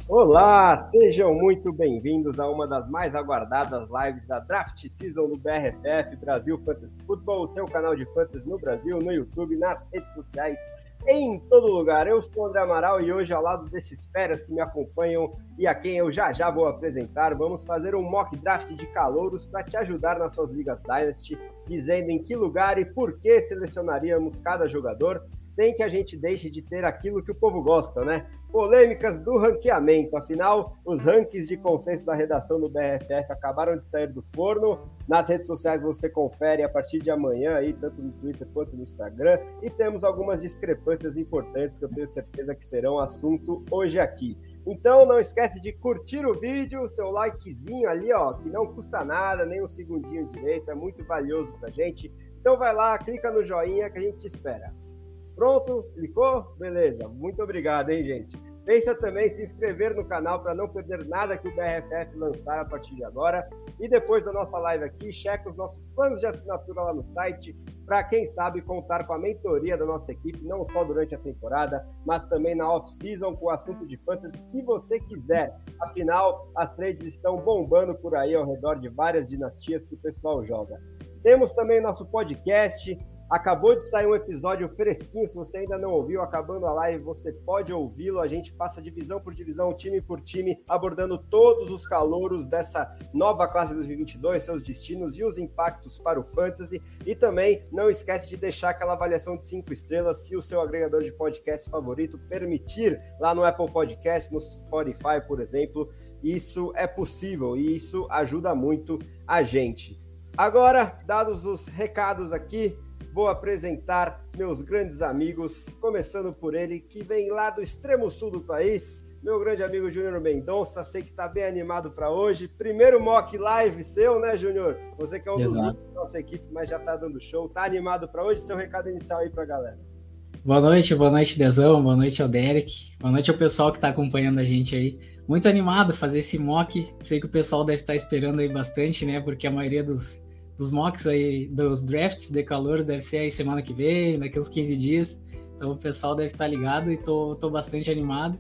Olá, sejam muito bem-vindos a uma das mais aguardadas lives da Draft Season do BRFF, Brasil Fantasy Football, o seu canal de fantasy no Brasil, no YouTube, nas redes sociais, em todo lugar. Eu sou o André Amaral e hoje, ao lado desses feras que me acompanham e a quem eu já vou apresentar, vamos fazer um mock draft de calouros para te ajudar nas suas ligas Dynasty, dizendo em que lugar e por que selecionaríamos cada jogador, sem que a gente deixe de ter aquilo que o povo gosta, né? Polêmicas do ranqueamento. Afinal, os rankings de consenso da redação do BRFF acabaram de sair do forno. Nas redes sociais você confere a partir de amanhã, aí, tanto no Twitter quanto no Instagram. E temos algumas discrepâncias importantes que eu tenho certeza que serão assunto hoje aqui. Então não esquece de curtir o vídeo, seu likezinho ali, ó, que não custa nada, nem um segundinho direito, é muito valioso pra gente. Então vai lá, clica no joinha que a gente te espera. Pronto? Clicou? Beleza. Muito obrigado, hein, gente? Pensa também em se inscrever no canal para não perder nada que o BRFF lançar a partir de agora. E depois da nossa live aqui, checa os nossos planos de assinatura lá no site para, quem sabe, contar com a mentoria da nossa equipe, não só durante a temporada, mas também na off-season com o assunto de fantasy que você quiser. Afinal, as trades estão bombando por aí ao redor de várias dinastias que o pessoal joga. Temos também nosso podcast. Acabou de sair um episódio fresquinho, se você ainda não ouviu, acabando a live, você pode ouvi-lo. A gente passa divisão por divisão, time por time, abordando todos os calouros dessa nova classe de 2022, seus destinos e os impactos para o Fantasy. E também não esquece de deixar aquela avaliação de 5 estrelas, se o seu agregador de podcast favorito permitir, lá no Apple Podcast, no Spotify, por exemplo. Isso é possível e isso ajuda muito a gente. Agora, dados os recados aqui, vou apresentar meus grandes amigos, começando por ele, que vem lá do extremo sul do país, meu grande amigo Júnior Mendonça. Sei que está bem animado para hoje. Primeiro mock live seu, né, Júnior? Você que é um dos da nossa equipe, mas já está dando show. Tá animado para hoje? Seu recado inicial aí para a galera. Boa noite, Dezão, boa noite ao Derek, boa noite ao pessoal que está acompanhando a gente aí. Muito animado fazer esse mock. Sei que o pessoal deve estar esperando aí bastante, né, porque a maioria dos mocks aí, dos drafts de calouros deve ser aí semana que vem, daqui uns 15 dias. Então o pessoal deve estar ligado e tô bastante animado.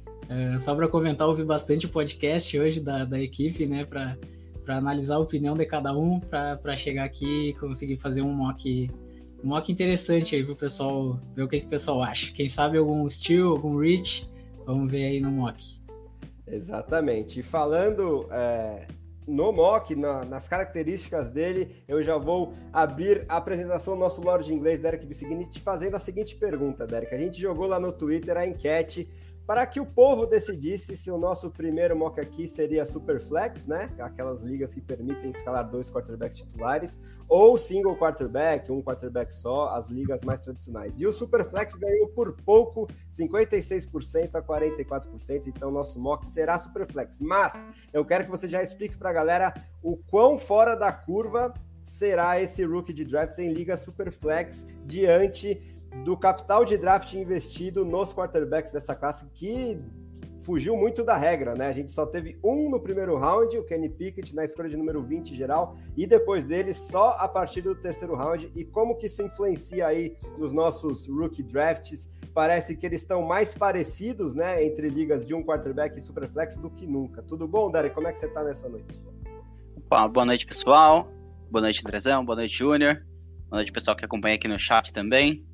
Só para comentar, ouvi bastante o podcast hoje da equipe, né, para analisar a opinião de cada um, para chegar aqui e conseguir fazer um mock interessante aí pro pessoal ver o que o pessoal acha. Quem sabe algum steal, algum reach, vamos ver aí no mock. Exatamente. E falando no mock, nas características dele, eu já vou abrir a apresentação do nosso Lorde de Inglês, Derek Bissigni, te fazendo a seguinte pergunta, Derek. A gente jogou lá no Twitter a enquete para que o povo decidisse se o nosso primeiro mock aqui seria Superflex, né? Aquelas ligas que permitem escalar 2 quarterbacks titulares, ou single quarterback, um quarterback só, as ligas mais tradicionais. E o Superflex ganhou por pouco, 56% a 44%, então nosso mock será Superflex. Mas eu quero que você já explique para a galera o quão fora da curva será esse rookie de drafts em liga Superflex diante do capital de draft investido nos quarterbacks dessa classe, que fugiu muito da regra, né? A gente só teve um no primeiro round, o Kenny Pickett, na escolha de número 20 geral, e depois dele só a partir do terceiro round. E como que isso influencia aí nos nossos rookie drafts? Parece que eles estão mais parecidos, né, entre ligas de um quarterback e Superflex do que nunca. Tudo bom, Derek? Como é que você tá nessa noite? Opa, boa noite, pessoal. Boa noite, Andrezão. Boa noite, Júnior. Boa noite, pessoal que acompanha aqui no chat também.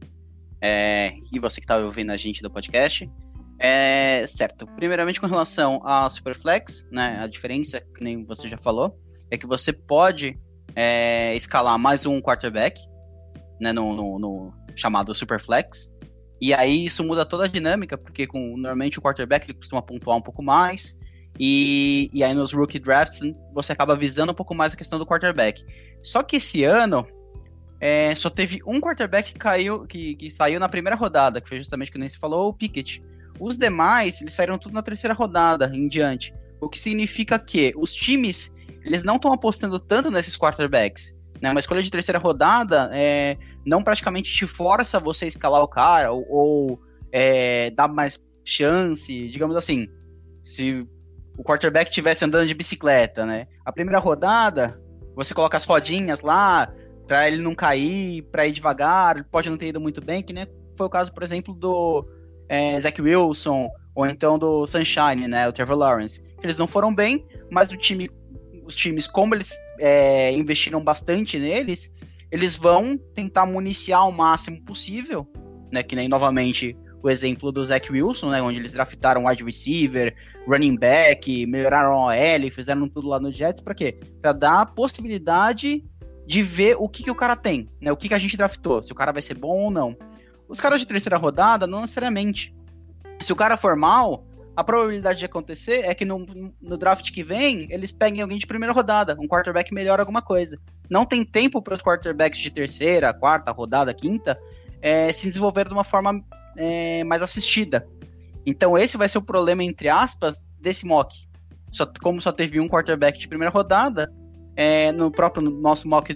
E você que está ouvindo a gente do podcast. Certo, primeiramente com relação a Superflex, né, a diferença, que nem você já falou, é que você pode escalar mais um quarterback, né, no chamado Superflex, e aí isso muda toda a dinâmica, porque normalmente o quarterback ele costuma pontuar um pouco mais, e aí nos rookie drafts você acaba visando um pouco mais a questão do quarterback. Só que esse ano só teve um quarterback que saiu na primeira rodada, que foi justamente o que nem se falou, o Pickett. Os demais, eles saíram tudo na terceira rodada em diante. O que significa que os times, eles não estão apostando tanto nesses quarterbacks. Né? Uma escolha de terceira rodada não praticamente te força você a escalar o cara, ou dá mais chance, digamos assim. Se o quarterback estivesse andando de bicicleta, né? A primeira rodada, você coloca as rodinhas lá, para ele não cair, para ir devagar, pode não ter ido muito bem, que nem foi o caso, por exemplo, do Zach Wilson, ou então do Sunshine, né, o Trevor Lawrence. Eles não foram bem, mas os times, como eles investiram bastante neles, eles vão tentar municiar o máximo possível, né, que nem novamente o exemplo do Zach Wilson, né, onde eles draftaram wide receiver, running back, melhoraram a OL, fizeram tudo lá no Jets, para quê? Para dar a possibilidade de ver o que o cara tem, né, o que a gente draftou, se o cara vai ser bom ou não. Os caras de terceira rodada, não necessariamente. Se o cara for mal, a probabilidade de acontecer é que no draft que vem, eles peguem alguém de primeira rodada, um quarterback melhor alguma coisa. Não tem tempo para os quarterbacks de terceira, quarta rodada, quinta, se desenvolver de uma forma mais assistida. Então esse vai ser o problema, entre aspas, desse mock. Como só teve um quarterback de primeira rodada, no próprio nosso mock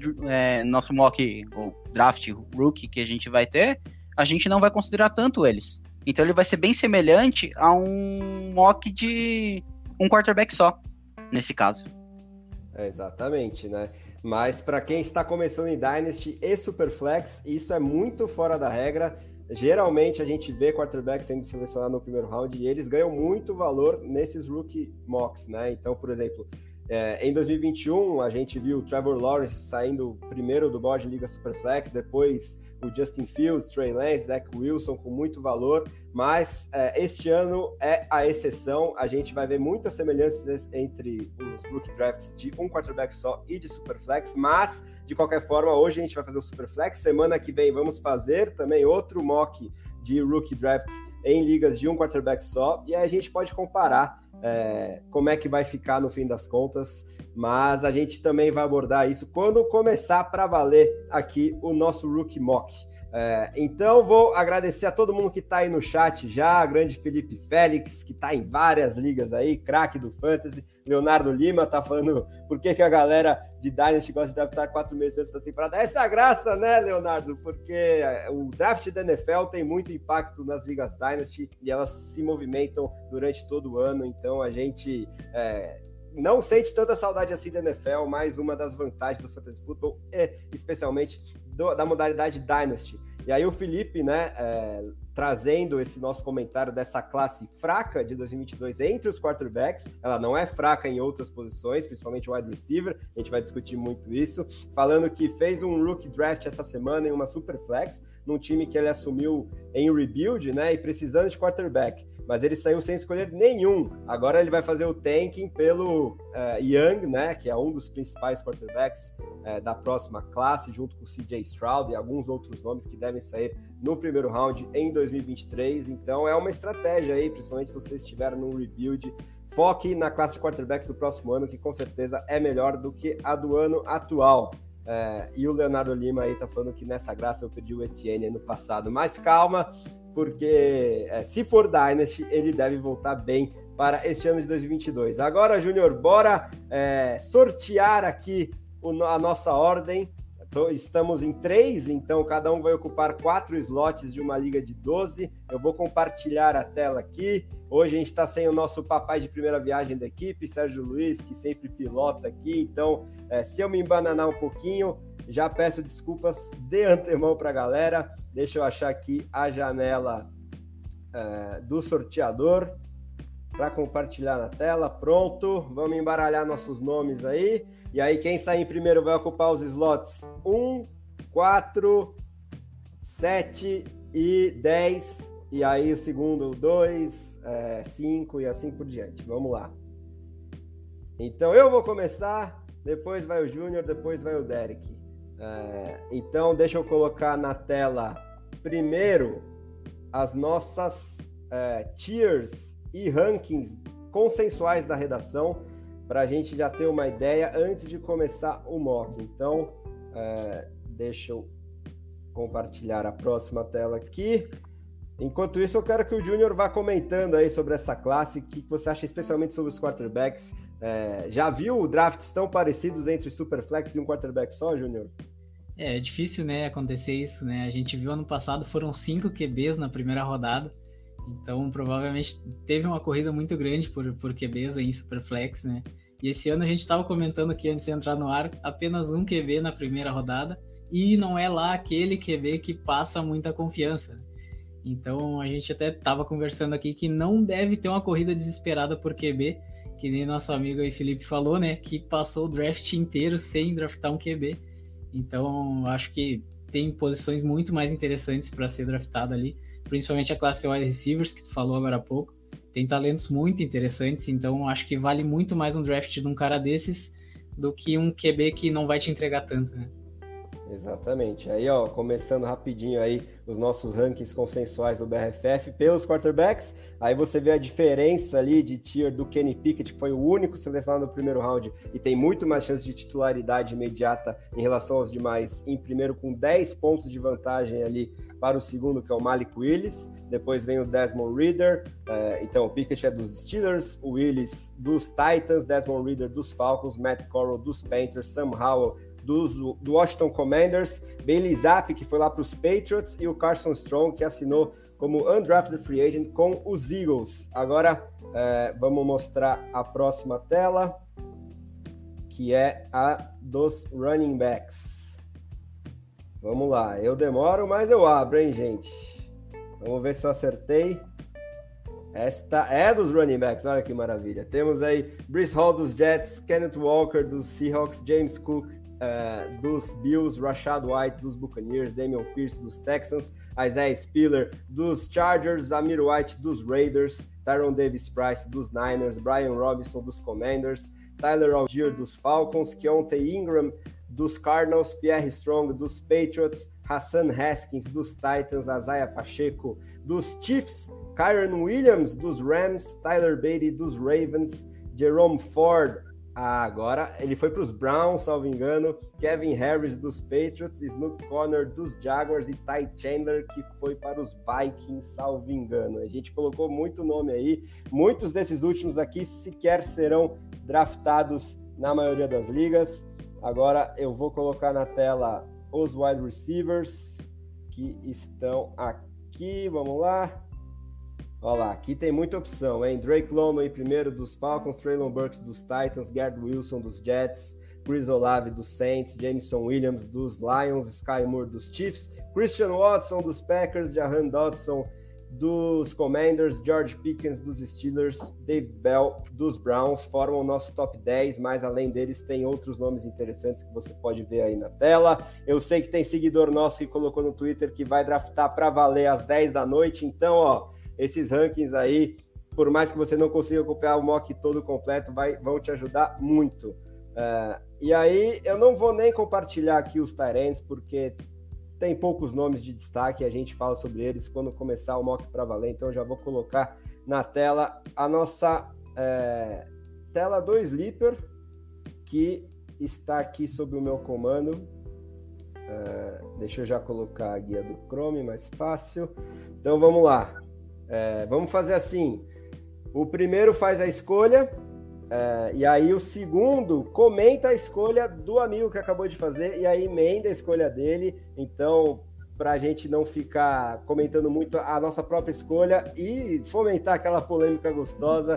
ou draft rookie que a gente vai ter, a gente não vai considerar tanto eles. Então ele vai ser bem semelhante a um mock de um quarterback só, nesse caso. Exatamente, né? Mas para quem está começando em Dynasty e Superflex, isso é muito fora da regra. Geralmente a gente vê quarterbacks sendo selecionados no primeiro round e eles ganham muito valor nesses rookie mocks, né? Então, por exemplo, em 2021 a gente viu o Trevor Lawrence saindo primeiro do board de Liga Superflex, depois o Justin Fields, Trey Lance, Zach Wilson com muito valor, mas este ano é a exceção. A gente vai ver muitas semelhanças entre os rookie drafts de um quarterback só e de Superflex, mas de qualquer forma, hoje a gente vai fazer o Superflex, semana que vem vamos fazer também outro mock de rookie drafts em ligas de um quarterback só, e aí a gente pode comparar como é que vai ficar no fim das contas, mas a gente também vai abordar isso quando começar para valer aqui o nosso Rookie Mock. Então vou agradecer a todo mundo que está aí no chat já, grande Felipe Félix, que está em várias ligas aí, craque do Fantasy, Leonardo Lima tá falando por que a galera de Dynasty gosta de draftar 4 meses antes da temporada. Essa é a graça, né, Leonardo? Porque o draft da NFL tem muito impacto nas ligas Dynasty e elas se movimentam durante todo o ano, então a gente não sente tanta saudade assim da NFL, mais uma das vantagens do Fantasy Football, especialmente da modalidade Dynasty. E aí o Felipe, né, trazendo esse nosso comentário dessa classe fraca de 2022 entre os quarterbacks, ela não é fraca em outras posições, principalmente o wide receiver, a gente vai discutir muito isso, falando que fez um rookie draft essa semana em uma Superflex, num time que ele assumiu em rebuild, né, e precisando de quarterback, mas ele saiu sem escolher nenhum. Agora ele vai fazer o tanking pelo Young, né, que é um dos principais quarterbacks da próxima classe, junto com o CJ Stroud e alguns outros nomes que devem sair no primeiro round em 2023. Então é uma estratégia aí, principalmente se você estiver num rebuild. Foque na classe de quarterbacks do próximo ano, que com certeza é melhor do que a do ano atual. E o Leonardo Lima aí tá falando que nessa graça eu perdi o Etienne no passado, mas calma, porque se for Dynasty, ele deve voltar bem para este ano de 2022. Agora, Júnior, bora sortear aqui a nossa ordem. Estamos em 3, então cada um vai ocupar 4 slots de uma liga de 12. Eu vou compartilhar a tela aqui. Hoje a gente está sem o nosso papai de primeira viagem da equipe, Sérgio Luiz, que sempre pilota aqui. Então, se eu me embananar um pouquinho, já peço desculpas de antemão para a galera. Deixa eu achar aqui a janela do sorteador para compartilhar na tela. Pronto, vamos embaralhar nossos nomes aí. E aí quem sair em primeiro vai ocupar os slots 1, 4, 7 e 10. E aí o segundo 2, 5 e assim por diante. Vamos lá. Então eu vou começar, depois vai o Júnior, depois vai o Derek. Então deixa eu colocar na tela primeiro as nossas tiers e rankings consensuais da redação, para a gente já ter uma ideia antes de começar o mock. Então, deixa eu compartilhar a próxima tela aqui. Enquanto isso, eu quero que o Júnior vá comentando aí sobre essa classe, o que você acha especialmente sobre os quarterbacks. Já viu drafts tão parecidos entre Superflex e um quarterback só, Júnior? É difícil, né, acontecer isso, né? A gente viu ano passado, foram 5 QBs na primeira rodada. Então, provavelmente teve uma corrida muito grande por QBs aí em Superflex, né? E esse ano a gente estava comentando aqui antes de entrar no ar, apenas um QB na primeira rodada, e não é lá aquele QB que passa muita confiança. Então a gente até estava conversando aqui que não deve ter uma corrida desesperada por QB, que nem nosso amigo aí Felipe falou, né? Que passou o draft inteiro sem draftar um QB. Então acho que tem posições muito mais interessantes para ser draftado ali, principalmente a classe de wide receivers que tu falou agora há pouco. Tem talentos muito interessantes, então acho que vale muito mais um draft de um cara desses do que um QB que não vai te entregar tanto, né? Exatamente. Aí, ó, começando rapidinho aí os nossos rankings consensuais do BRFF pelos quarterbacks. Aí você vê a diferença ali de tier do Kenny Pickett, que foi o único selecionado no primeiro round e tem muito mais chance de titularidade imediata em relação aos demais. Em primeiro, com 10 pontos de vantagem ali para o segundo, que é o Malik Willis. Depois vem o Desmond Ridder. Então, o Pickett é dos Steelers, o Willis dos Titans, Desmond Ridder dos Falcons, Matt Corral dos Panthers, Sam Howell do Washington Commanders, Bailey Zappi, que foi lá para os Patriots, e o Carson Strong, que assinou como undrafted free agent com os Eagles. Agora, vamos mostrar a próxima tela, que é a dos running backs. Vamos lá, eu demoro, mas eu abro, hein, gente? Vamos ver se eu acertei. Esta é dos running backs, olha que maravilha. Temos aí Breece Hall dos Jets, Kenneth Walker dos Seahawks, James Cook dos Bills, Rashad White dos Buccaneers, Damian Pierce dos Texans, Isaiah Spiller dos Chargers, Amir White dos Raiders, Tyron Davis-Price dos Niners, Brian Robinson dos Commanders, Tyler Algier dos Falcons, Keontae Ingram dos Cardinals, Pierre Strong dos Patriots, Hassan Haskins dos Titans, Isaiah Pacheco dos Chiefs, Kyren Williams dos Rams, Tyler Beatty dos Ravens, Jerome Ford, agora ele foi para os Browns, salvo engano, Kevin Harris dos Patriots, Snoop Conner dos Jaguars e Ty Chandler, que foi para os Vikings, salvo engano. A gente colocou muito nome aí, muitos desses últimos aqui sequer serão draftados na maioria das ligas. Agora eu vou colocar na tela os wide receivers que estão aqui, vamos lá. Olha lá, aqui tem muita opção, hein? Drake London em primeiro dos Falcons, Treylon Burks dos Titans, Garrett Wilson dos Jets, Chris Olave dos Saints, Jameson Williams dos Lions, Sky Moore dos Chiefs, Christian Watson dos Packers, Jahan Dodson dos Commanders, George Pickens dos Steelers, David Bell dos Browns, formam o nosso top 10, mas além deles tem outros nomes interessantes que você pode ver aí na tela. Eu sei que tem seguidor nosso que colocou no Twitter que vai draftar para valer às 10 da noite, então, ó, esses rankings aí, por mais que você não consiga acompanhar o mock todo completo, vão te ajudar muito. E aí, eu não vou nem compartilhar aqui os tight ends, porque tem poucos nomes de destaque, a gente fala sobre eles quando começar o mock para valer, então eu já vou colocar na tela a nossa tela do Sleeper, que está aqui sob o meu comando. Deixa eu já colocar a guia do Chrome, mais fácil. Então vamos lá. Vamos fazer assim, o primeiro faz a escolha, e aí o segundo comenta a escolha do amigo que acabou de fazer, e aí emenda a escolha dele. Então, para a gente não ficar comentando muito a nossa própria escolha e fomentar aquela polêmica gostosa,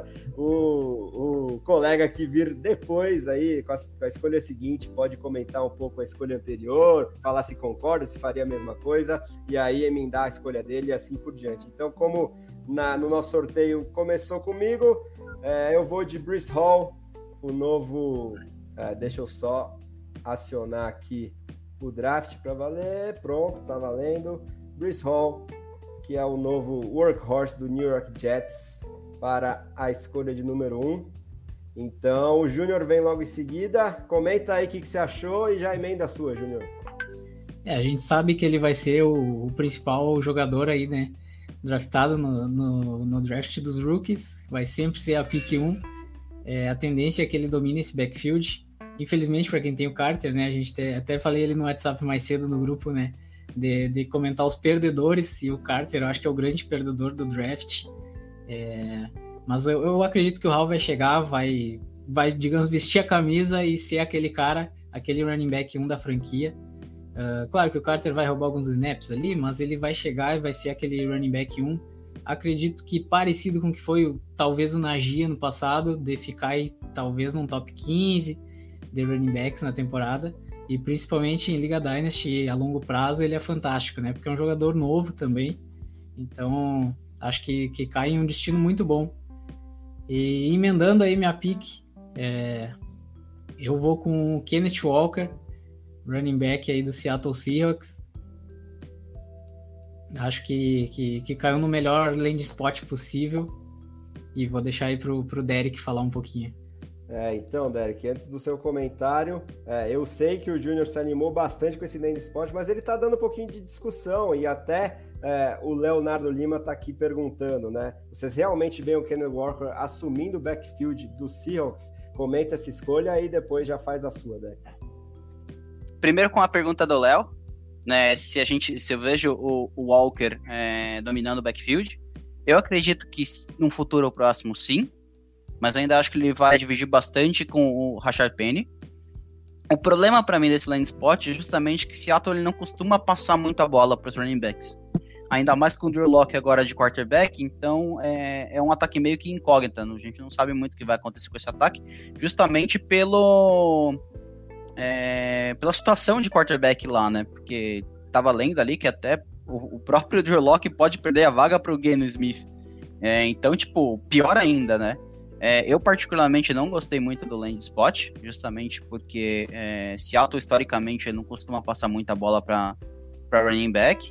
o colega que vir depois aí com a escolha seguinte pode comentar um pouco a escolha anterior, falar se concorda, se faria a mesma coisa, e aí emendar a escolha dele e assim por diante. Então, como no nosso sorteio começou comigo, eu vou de Breece Hall, o novo... deixa eu só acionar aqui o draft para valer. Pronto, tá valendo. Breece Hall, que é o novo workhorse do New York Jets, para a escolha de número 1. Então, o Júnior vem logo em seguida. Comenta aí o que você achou e já emenda a sua, Júnior. A gente sabe que ele vai ser o principal jogador aí, né? Draftado no draft dos rookies. Vai sempre ser a pick 1. A tendência é que ele domine esse backfield. Infelizmente, para quem tem o Carter, né? A gente até falei ele no WhatsApp mais cedo no grupo, né? De comentar os perdedores, e o Carter eu acho que é o grande perdedor do draft. Mas eu acredito que o Hall vai chegar, vai, digamos, vestir a camisa e ser aquele cara, aquele running back 1 da franquia. Claro que o Carter vai roubar alguns snaps ali, mas ele vai chegar e vai ser aquele running back 1. Acredito que parecido com o que foi talvez o Najee no passado, de ficar aí talvez num top 15 de running backs na temporada, e principalmente em Liga Dynasty a longo prazo ele é fantástico, né? Porque é um jogador novo também, Então, acho que cai em um destino muito bom. E emendando aí minha pick, eu vou com o Kenneth Walker, running back aí do Seattle Seahawks. Acho que caiu no melhor landing spot possível. E vou deixar aí pro Derek falar um pouquinho. Então, Derek, antes do seu comentário, eu sei que o Júnior se animou bastante com esse landing spot, mas ele tá dando um pouquinho de discussão, e até o Leonardo Lima tá aqui perguntando, né? Vocês realmente veem o Kenneth Walker assumindo o backfield do Seahawks? Comenta essa escolha e depois já faz a sua, Derek. Primeiro com a pergunta do Léo, né? Se eu vejo o Walker dominando o backfield, eu acredito que num futuro próximo sim, mas ainda acho que ele vai dividir bastante com o Rashard Penny. O problema para mim desse landing spot é justamente que Seattle ele não costuma passar muito a bola para os running backs. Ainda mais com o Drew Lock agora de quarterback, então é um ataque meio que incógnito. A gente não sabe muito o que vai acontecer com esse ataque, justamente pela situação de quarterback lá, né? Porque tava lendo ali que até o próprio Drew Lock pode perder a vaga para o Geno Smith. Então, tipo, pior ainda, né? Eu particularmente não gostei muito do landing spot, justamente porque Seattle historicamente não costuma passar muita bola para running back,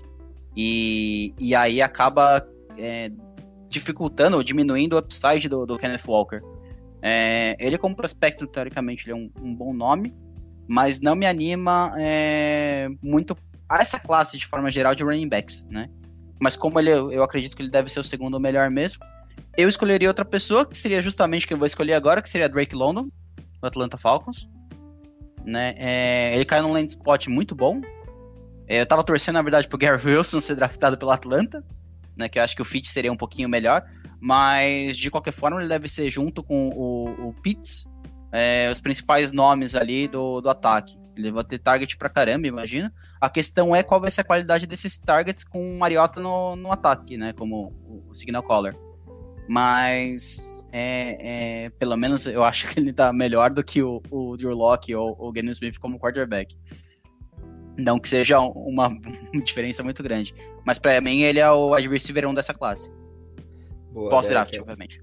e aí acaba dificultando ou diminuindo o upside do Kenneth Walker. Ele como prospecto, teoricamente, ele é um bom nome, mas não me anima muito a essa classe de forma geral de running backs, né? Mas como eu acredito que ele deve ser o segundo melhor mesmo, eu escolheria outra pessoa, que seria justamente o que eu vou escolher agora, que seria Drake London, do Atlanta Falcons. Né? Ele caiu num landing spot muito bom. Eu tava torcendo, na verdade, pro Garrett Wilson ser draftado pelo Atlanta, né? Que eu acho que o fit seria um pouquinho melhor. Mas, de qualquer forma, ele deve ser junto com o Pitts, os principais nomes ali do ataque. Ele vai ter target pra caramba, imagina. A questão é qual vai ser a qualidade desses targets com o Mariota no ataque, né? Como o signal caller. Mas pelo menos eu acho que ele tá melhor do que o Drew Lock ou o Geno Smith como quarterback. Não que seja uma diferença muito grande. Mas pra mim ele é o wide receiver 1 dessa classe. Pós-draft, obviamente.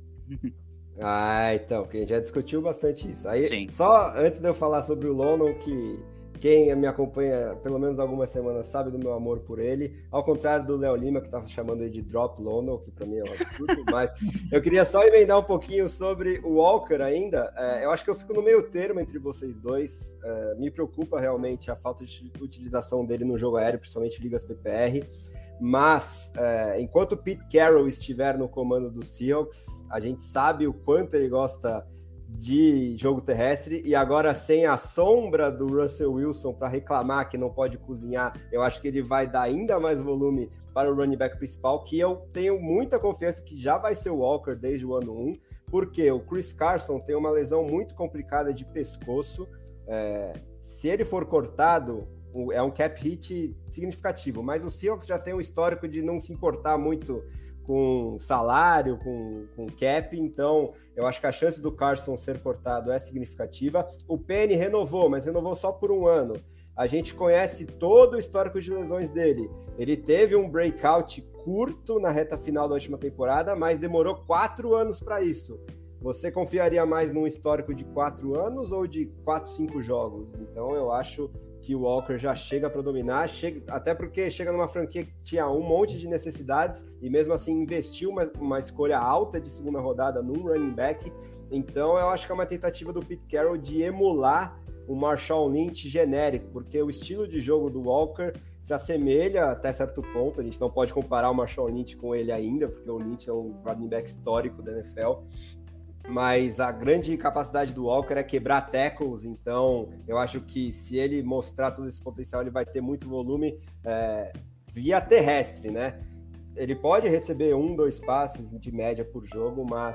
Então, que a gente já discutiu bastante isso. Aí, Sim. Só antes de eu falar sobre o London, que quem me acompanha pelo menos algumas semanas sabe do meu amor por ele, ao contrário do Léo Lima, que tava chamando ele de Drop London, que pra mim é um absurdo, mas eu queria só emendar um pouquinho sobre o Walker ainda. Eu acho que eu fico no meio termo entre vocês dois. Me preocupa realmente a falta de utilização dele no jogo aéreo, principalmente ligas PPR. Mas, enquanto o Pete Carroll estiver no comando do Seahawks, a gente sabe o quanto ele gosta de jogo terrestre, e agora sem a sombra do Russell Wilson para reclamar que não pode cozinhar, eu acho que ele vai dar ainda mais volume para o running back principal, que eu tenho muita confiança que já vai ser o Walker desde o ano 1, porque o Chris Carson tem uma lesão muito complicada de pescoço. Se ele for cortado, é um cap hit significativo, mas o Seahawks já tem um histórico de não se importar muito com salário, com cap, então eu acho que a chance do Carson ser cortado é significativa. O Penny renovou, mas renovou só por um ano. A gente conhece todo o histórico de lesões dele. Ele teve um breakout curto na reta final da última temporada, mas demorou 4 anos para isso. Você confiaria mais num histórico de 4 anos ou de 4, 5 jogos? Então eu acho que o Walker já chega para dominar, até porque chega numa franquia que tinha um monte de necessidades e mesmo assim investiu uma escolha alta de segunda rodada num running back. Então eu acho que é uma tentativa do Pete Carroll de emular o Marshawn Lynch genérico, porque o estilo de jogo do Walker se assemelha até certo ponto. A gente não pode comparar o Marshawn Lynch com ele ainda, porque o Lynch é um running back histórico da NFL. Mas a grande capacidade do Walker é quebrar tackles, então eu acho que se ele mostrar todo esse potencial, ele vai ter muito volume via terrestre, né? Ele pode receber 1, 2 passes de média por jogo, mas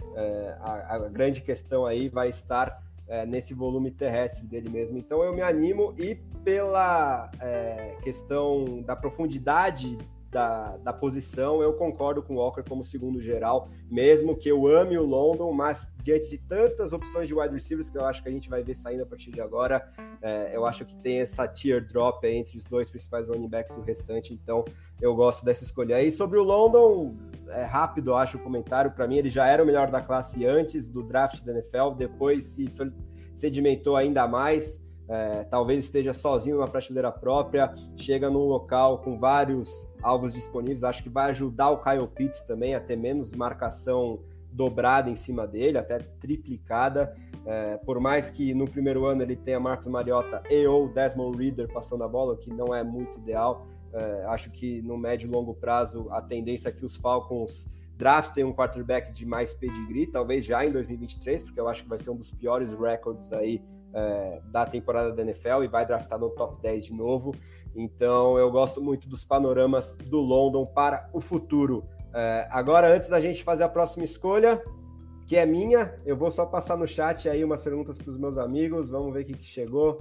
a grande questão aí vai estar nesse volume terrestre dele mesmo. Então eu me animo, e pela questão da profundidade da posição, eu concordo com o Walker como segundo geral, mesmo que eu ame o London, mas diante de tantas opções de wide receivers que eu acho que a gente vai ver saindo a partir de agora, eu acho que tem essa teardrop aí entre os dois principais running backs e o restante, então eu gosto dessa escolha aí. Sobre o London, rápido, eu acho o comentário, para mim ele já era o melhor da classe antes do draft da NFL, depois se sedimentou ainda mais, talvez esteja sozinho numa prateleira própria, chega num local com vários alvos disponíveis, acho que vai ajudar o Kyle Pitts também a ter menos marcação dobrada em cima dele, até triplicada, por mais que no primeiro ano ele tenha Marcus Mariota e ou Desmond Ridder passando a bola, o que não é muito ideal, acho que no médio e longo prazo a tendência é que os Falcons draftem um quarterback de mais pedigree, talvez já em 2023, porque eu acho que vai ser um dos piores records aí da temporada da NFL e vai draftar no top 10 de novo. Então eu gosto muito dos panoramas do London para o futuro. Agora, antes da gente fazer a próxima escolha, que é minha, eu vou só passar no chat aí umas perguntas para os meus amigos, vamos ver o que chegou.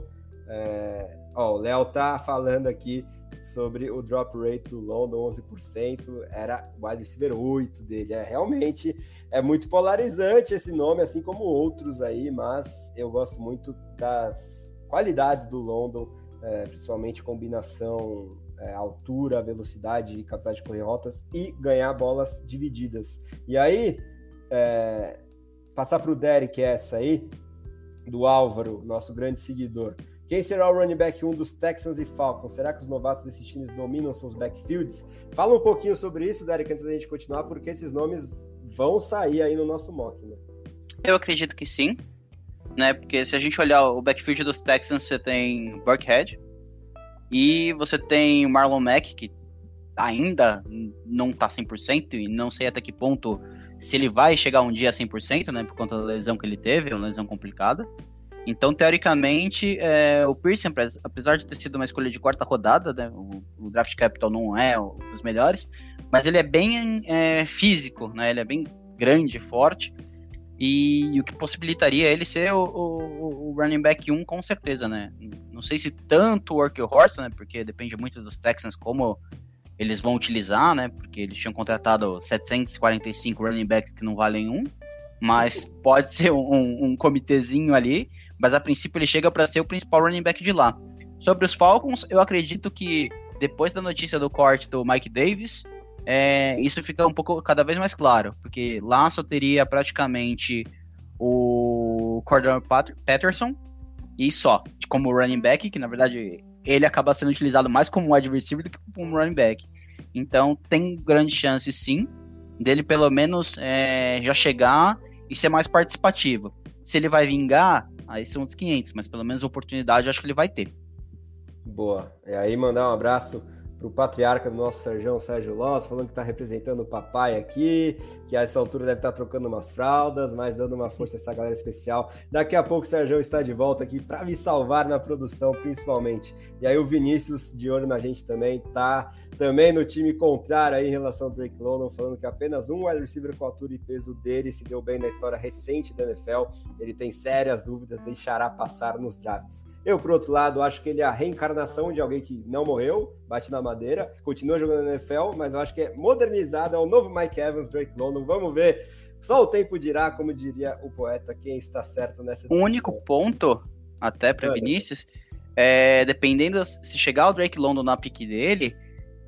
O Léo tá falando aqui sobre o drop rate do London, 11%, era o wide receiver 8 dele. Realmente é muito polarizante esse nome, assim como outros aí, mas eu gosto muito das qualidades do London, principalmente combinação altura, velocidade, capacidade de correr rotas e ganhar bolas divididas. E aí, passar para o Derek essa aí, do Álvaro, nosso grande seguidor. Quem será o running back 1 dos Texans e Falcons? Será que os novatos desses times dominam seus backfields? Fala um pouquinho sobre isso, Derek, antes da gente continuar, porque esses nomes vão sair aí no nosso mock, né? Eu acredito que sim, né? Porque se a gente olhar o backfield dos Texans, você tem Burkhead e você tem o Marlon Mack, que ainda não tá 100% e não sei até que ponto se ele vai chegar um dia a 100%, né? Por conta da lesão que ele teve, é uma lesão complicada. Então, teoricamente, o Pearson, apesar de ter sido uma escolha de quarta rodada, né, o draft capital não é os melhores, mas ele é bem físico, né, ele é bem grande, forte, e o que possibilitaria ele ser o running back 1 com certeza, né? Não sei se tanto o workhorse, né, porque depende muito dos Texans como eles vão utilizar, né, porque eles tinham contratado 745 running backs que não valem um, mas pode ser um comitêzinho ali, mas a princípio ele chega para ser o principal running back de lá. Sobre os Falcons, eu acredito que depois da notícia do corte do Mike Davis, isso fica um pouco cada vez mais claro, porque lá só teria praticamente o Cordell Patterson e só, como running back, que na verdade ele acaba sendo utilizado mais como wide receiver do que como running back. Então tem grande chance sim dele pelo menos já chegar e ser mais participativo. Se ele vai vingar, aí são uns 500, mas pelo menos a oportunidade eu acho que ele vai ter. Boa. E aí mandar um abraço pro patriarca do nosso Sérgio Loss, falando que tá representando o papai aqui, que a essa altura deve estar trocando umas fraldas, mas dando uma força a essa galera especial. Daqui a pouco o Sérgio está de volta aqui para me salvar na produção, principalmente. E aí o Vinícius, de olho na gente também, tá também no time contrário aí em relação ao Drake London, falando que apenas um wide receiver com altura e peso dele se deu bem na história recente da NFL. Ele tem sérias dúvidas, deixará passar nos drafts. Eu, por outro lado, acho que ele é a reencarnação de alguém que não morreu, bate na madeira, continua jogando na NFL, mas eu acho que é modernizado, é o novo Mike Evans, Drake London. Vamos ver, só o tempo dirá, como diria o poeta, quem está certo nessa discussão. O único ponto, até para Vinícius, dependendo se chegar o Drake London na pique dele,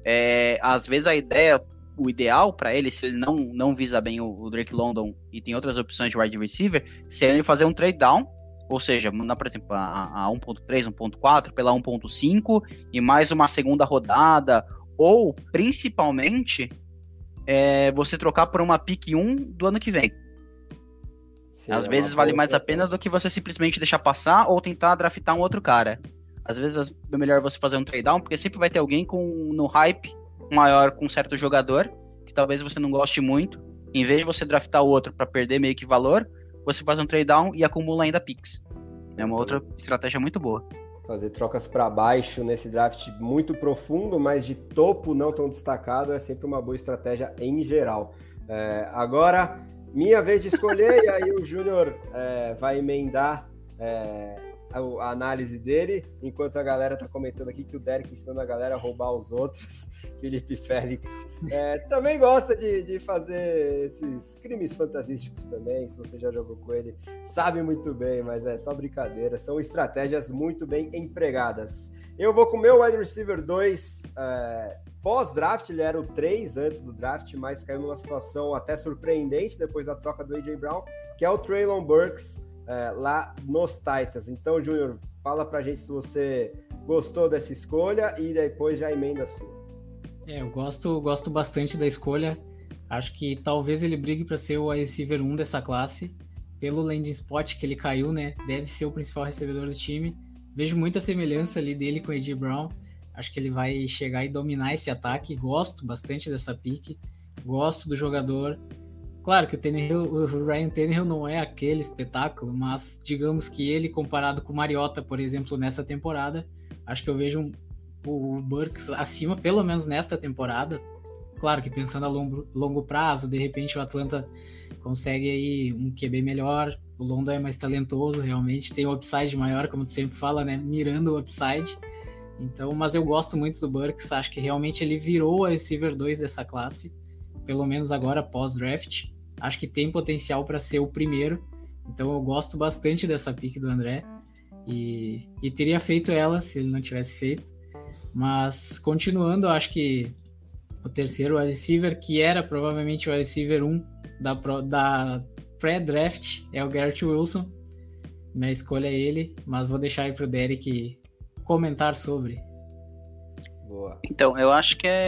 às vezes a ideia, o ideal para ele, se ele não visa bem o Drake London e tem outras opções de wide receiver, seria ele fazer um trade down, ou seja, mandar, por exemplo, a 1.3, 1.4 pela 1.5 e mais uma segunda rodada, ou principalmente você trocar por uma pick 1 do ano que vem. Sim, às vezes vale mais a pena do que você simplesmente deixar passar ou tentar draftar um outro cara. Às vezes é melhor você fazer um trade down, porque sempre vai ter alguém no hype maior com um certo jogador, que talvez você não goste muito. Em vez de você draftar o outro para perder meio que valor, você faz um trade down e acumula ainda picks. É uma outra estratégia muito boa. Fazer trocas para baixo nesse draft muito profundo, mas de topo não tão destacado, é sempre uma boa estratégia em geral. Agora, minha vez de escolher, e aí o Júnior vai emendar a análise dele, enquanto a galera tá comentando aqui que o Derek ensinando a galera a roubar os outros. Felipe Félix também gosta de fazer esses crimes fantasísticos também. Se você já jogou com ele, sabe muito bem, mas é só brincadeira. São estratégias muito bem empregadas. Eu vou com o meu wide receiver 2 pós-draft. Ele era o 3 antes do draft, mas caiu numa situação até surpreendente depois da troca do A.J. Brown, que é o Treylon Burks, lá nos Titans. Então, Júnior, fala pra gente se você gostou dessa escolha e depois já emenda a sua. Eu gosto bastante da escolha. Acho que talvez ele brigue para ser o wide receiver 1 dessa classe. Pelo landing spot que ele caiu, né? Deve ser o principal recebedor do time. Vejo muita semelhança ali dele com o A.J. Brown. Acho que ele vai chegar e dominar esse ataque. Gosto bastante dessa pick. Gosto do jogador. Claro que o Ryan Tannehill não é aquele espetáculo, mas digamos que ele, comparado com o Mariota, por exemplo, nessa temporada, acho que eu vejo o Burks acima, pelo menos nesta temporada. Claro que pensando a longo prazo, de repente o Atlanta consegue aí um QB melhor, o London é mais talentoso, realmente tem o upside maior, como tu sempre fala, né, mirando o upside. Então, mas eu gosto muito do Burks, acho que realmente ele virou a receiver 2 dessa classe, pelo menos agora pós-draft. Acho que tem potencial para ser o primeiro, então eu gosto bastante dessa pick do André e teria feito ela se ele não tivesse feito. Mas, continuando, eu acho que o terceiro wide receiver, que era provavelmente o wide receiver 1 da pré-draft, é o Garrett Wilson. Minha escolha é ele, mas vou deixar aí para o Derek comentar sobre. Boa. Então, eu acho que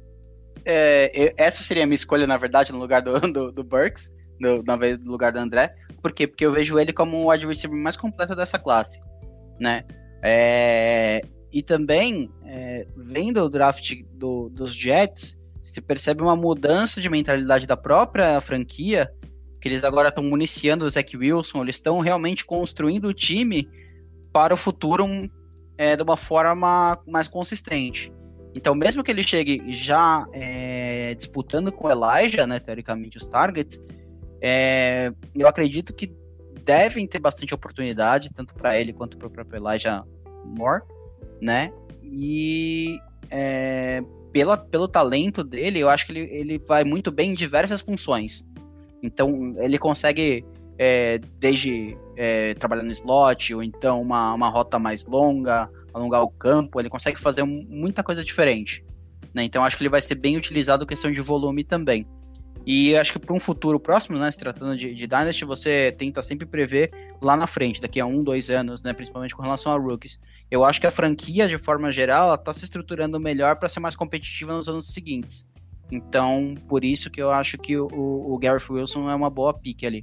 essa seria a minha escolha, na verdade, no lugar do Burks, no lugar do André. Por quê? Porque eu vejo ele como o wide receiver mais completo dessa classe, né? E também, vendo o draft dos Jets, se percebe uma mudança de mentalidade da própria franquia, que eles agora estão municiando o Zach Wilson, eles estão realmente construindo o time para o futuro de uma forma mais consistente. Então, mesmo que ele chegue já disputando com o Elijah, né, teoricamente, os targets, eu acredito que devem ter bastante oportunidade, tanto para ele quanto para o próprio Elijah Moore, né? E pelo talento dele, eu acho que ele vai muito bem em diversas funções. Então, ele consegue, desde trabalhar no slot, ou então uma rota mais longa, alongar o campo, ele consegue fazer muita coisa diferente, né? Então, acho que ele vai ser bem utilizado em questão de volume também. E acho que para um futuro próximo, né, se tratando de Dynasty, você tenta sempre prever lá na frente, daqui a 1-2 anos, né, principalmente com relação a rookies. Eu acho que a franquia, de forma geral, está se estruturando melhor para ser mais competitiva nos anos seguintes. Então, por isso que eu acho que o Garrett Wilson é uma boa pick ali.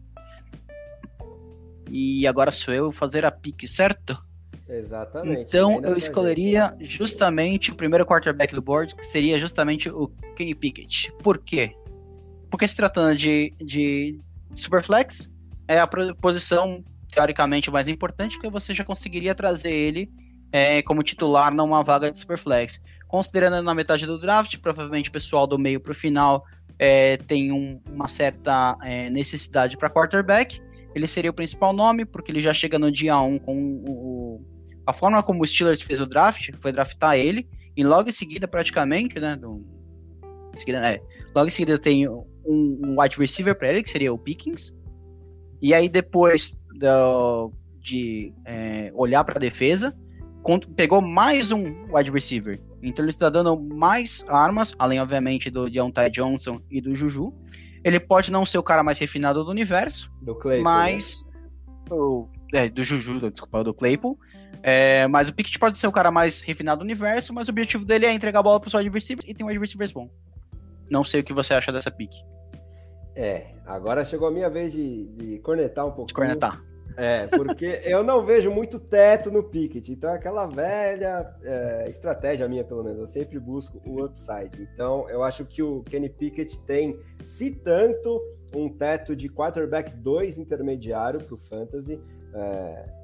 E agora sou eu fazer a pick, certo? Exatamente. Então, eu escolheria justamente o primeiro quarterback do board, que seria justamente o Kenny Pickett. Por quê? Porque se tratando de Superflex, é a posição teoricamente mais importante, porque você já conseguiria trazer ele como titular numa vaga de Superflex. Considerando na metade do draft, provavelmente o pessoal do meio para o final tem uma certa necessidade para quarterback. Ele seria o principal nome, porque ele já chega no dia 1 com a forma como o Steelers fez o draft, foi draftar ele, e logo em seguida, praticamente, né, logo em seguida tem um wide receiver para ele, que seria o Pickens, e aí depois de olhar para a defesa, pegou mais um wide receiver, então ele está dando mais armas, além obviamente do Deontay Johnson e do Juju. Ele pode não ser o cara mais refinado do universo, do Claypool, mas do Juju, desculpa, do Claypool, mas o Pickett pode ser o cara mais refinado do universo, mas o objetivo dele é entregar a bola para os wide receivers, e tem um wide receivers bom. Não sei o que você acha dessa pick. Agora chegou a minha vez de cornetar um pouquinho. De cornetar. Porque eu não vejo muito teto no Pickett. Então, é aquela velha estratégia minha, pelo menos. Eu sempre busco o upside. Então, eu acho que o Kenny Pickett tem, se tanto, um teto de quarterback 2 intermediário para o Fantasy.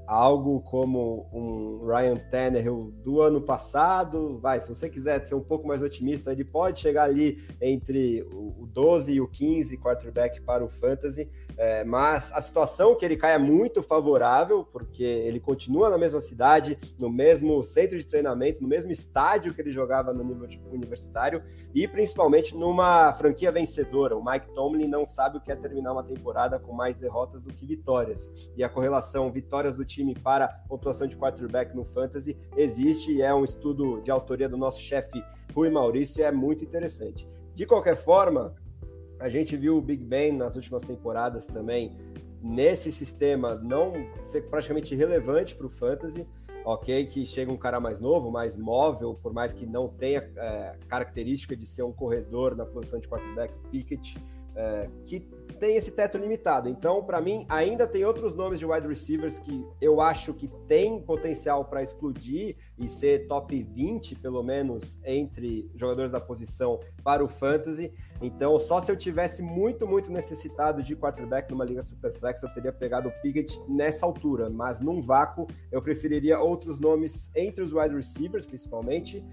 algo como um Ryan Tannehill do ano passado. Se você quiser ser um pouco mais otimista, ele pode chegar ali entre o 12 e o 15 quarterback para o Fantasy, mas a situação que ele cai é muito favorável, porque ele continua na mesma cidade, no mesmo centro de treinamento, no mesmo estádio que ele jogava no nível universitário, e principalmente numa franquia vencedora. O Mike Tomlin não sabe o que é terminar uma temporada com mais derrotas do que vitórias, e a correlação vitórias do time para pontuação de quarterback no Fantasy existe, e é um estudo de autoria do nosso chefe Rui Maurício, e é muito interessante. De qualquer forma, a gente viu o Big Ben nas últimas temporadas também, nesse sistema, não ser praticamente irrelevante para o Fantasy, ok? Que chega um cara mais novo, mais móvel, por mais que não tenha característica de ser um corredor na posição de quarterback, Pickett, que tem esse teto limitado. Então, para mim, ainda tem outros nomes de wide receivers que eu acho que tem potencial para explodir e ser top 20, pelo menos, entre jogadores da posição para o Fantasy. Então, só se eu tivesse muito, muito necessitado de quarterback numa liga Superflex, eu teria pegado o Pickett nessa altura, mas num vácuo, eu preferiria outros nomes entre os wide receivers, principalmente,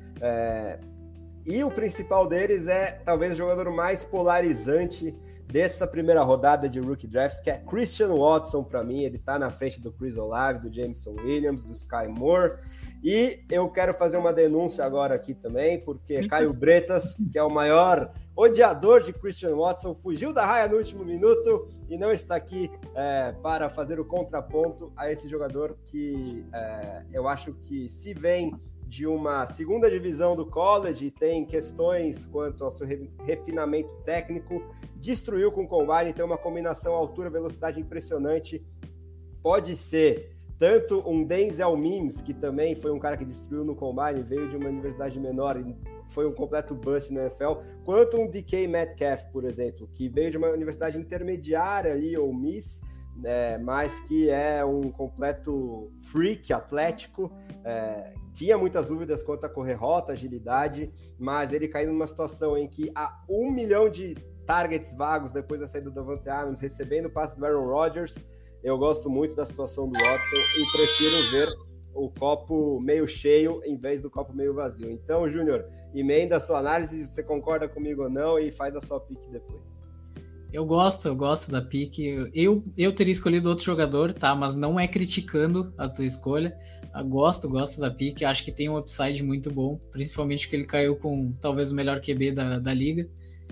e o principal deles é talvez o jogador mais polarizante dessa primeira rodada de Rookie Drafts, que é Christian Watson. Para mim, ele tá na frente do Chris Olave, do Jameson Williams, do Sky Moore. E eu quero fazer uma denúncia agora aqui também, porque Caio Bretas, que é o maior odiador de Christian Watson, fugiu da raia no último minuto e não está aqui para fazer o contraponto a esse jogador que eu acho que se vem de uma segunda divisão do college e tem questões quanto ao seu refinamento técnico, destruiu com o combine, tem uma combinação altura-velocidade impressionante. Pode ser tanto um Denzel Mims, que também foi um cara que destruiu no combine, veio de uma universidade menor e foi um completo bust na NFL, quanto um DK Metcalf, por exemplo, que veio de uma universidade intermediária ali, ou Miss, mas que é um completo freak atlético, tinha muitas dúvidas quanto a correr rota, agilidade, mas ele caiu numa situação em que há 1 milhão de targets vagos depois da saída do Davante Adams, recebendo o passe do Aaron Rodgers. Eu gosto muito da situação do Watson e prefiro ver o copo meio cheio em vez do copo meio vazio. Então, Júnior, emenda a sua análise, se você concorda comigo ou não, e faz a sua pick depois. Eu gosto da pick. Eu teria escolhido outro jogador, tá? Mas não é criticando a tua escolha. Eu gosto da pick. Acho que tem um upside muito bom, principalmente porque ele caiu com talvez o melhor QB da liga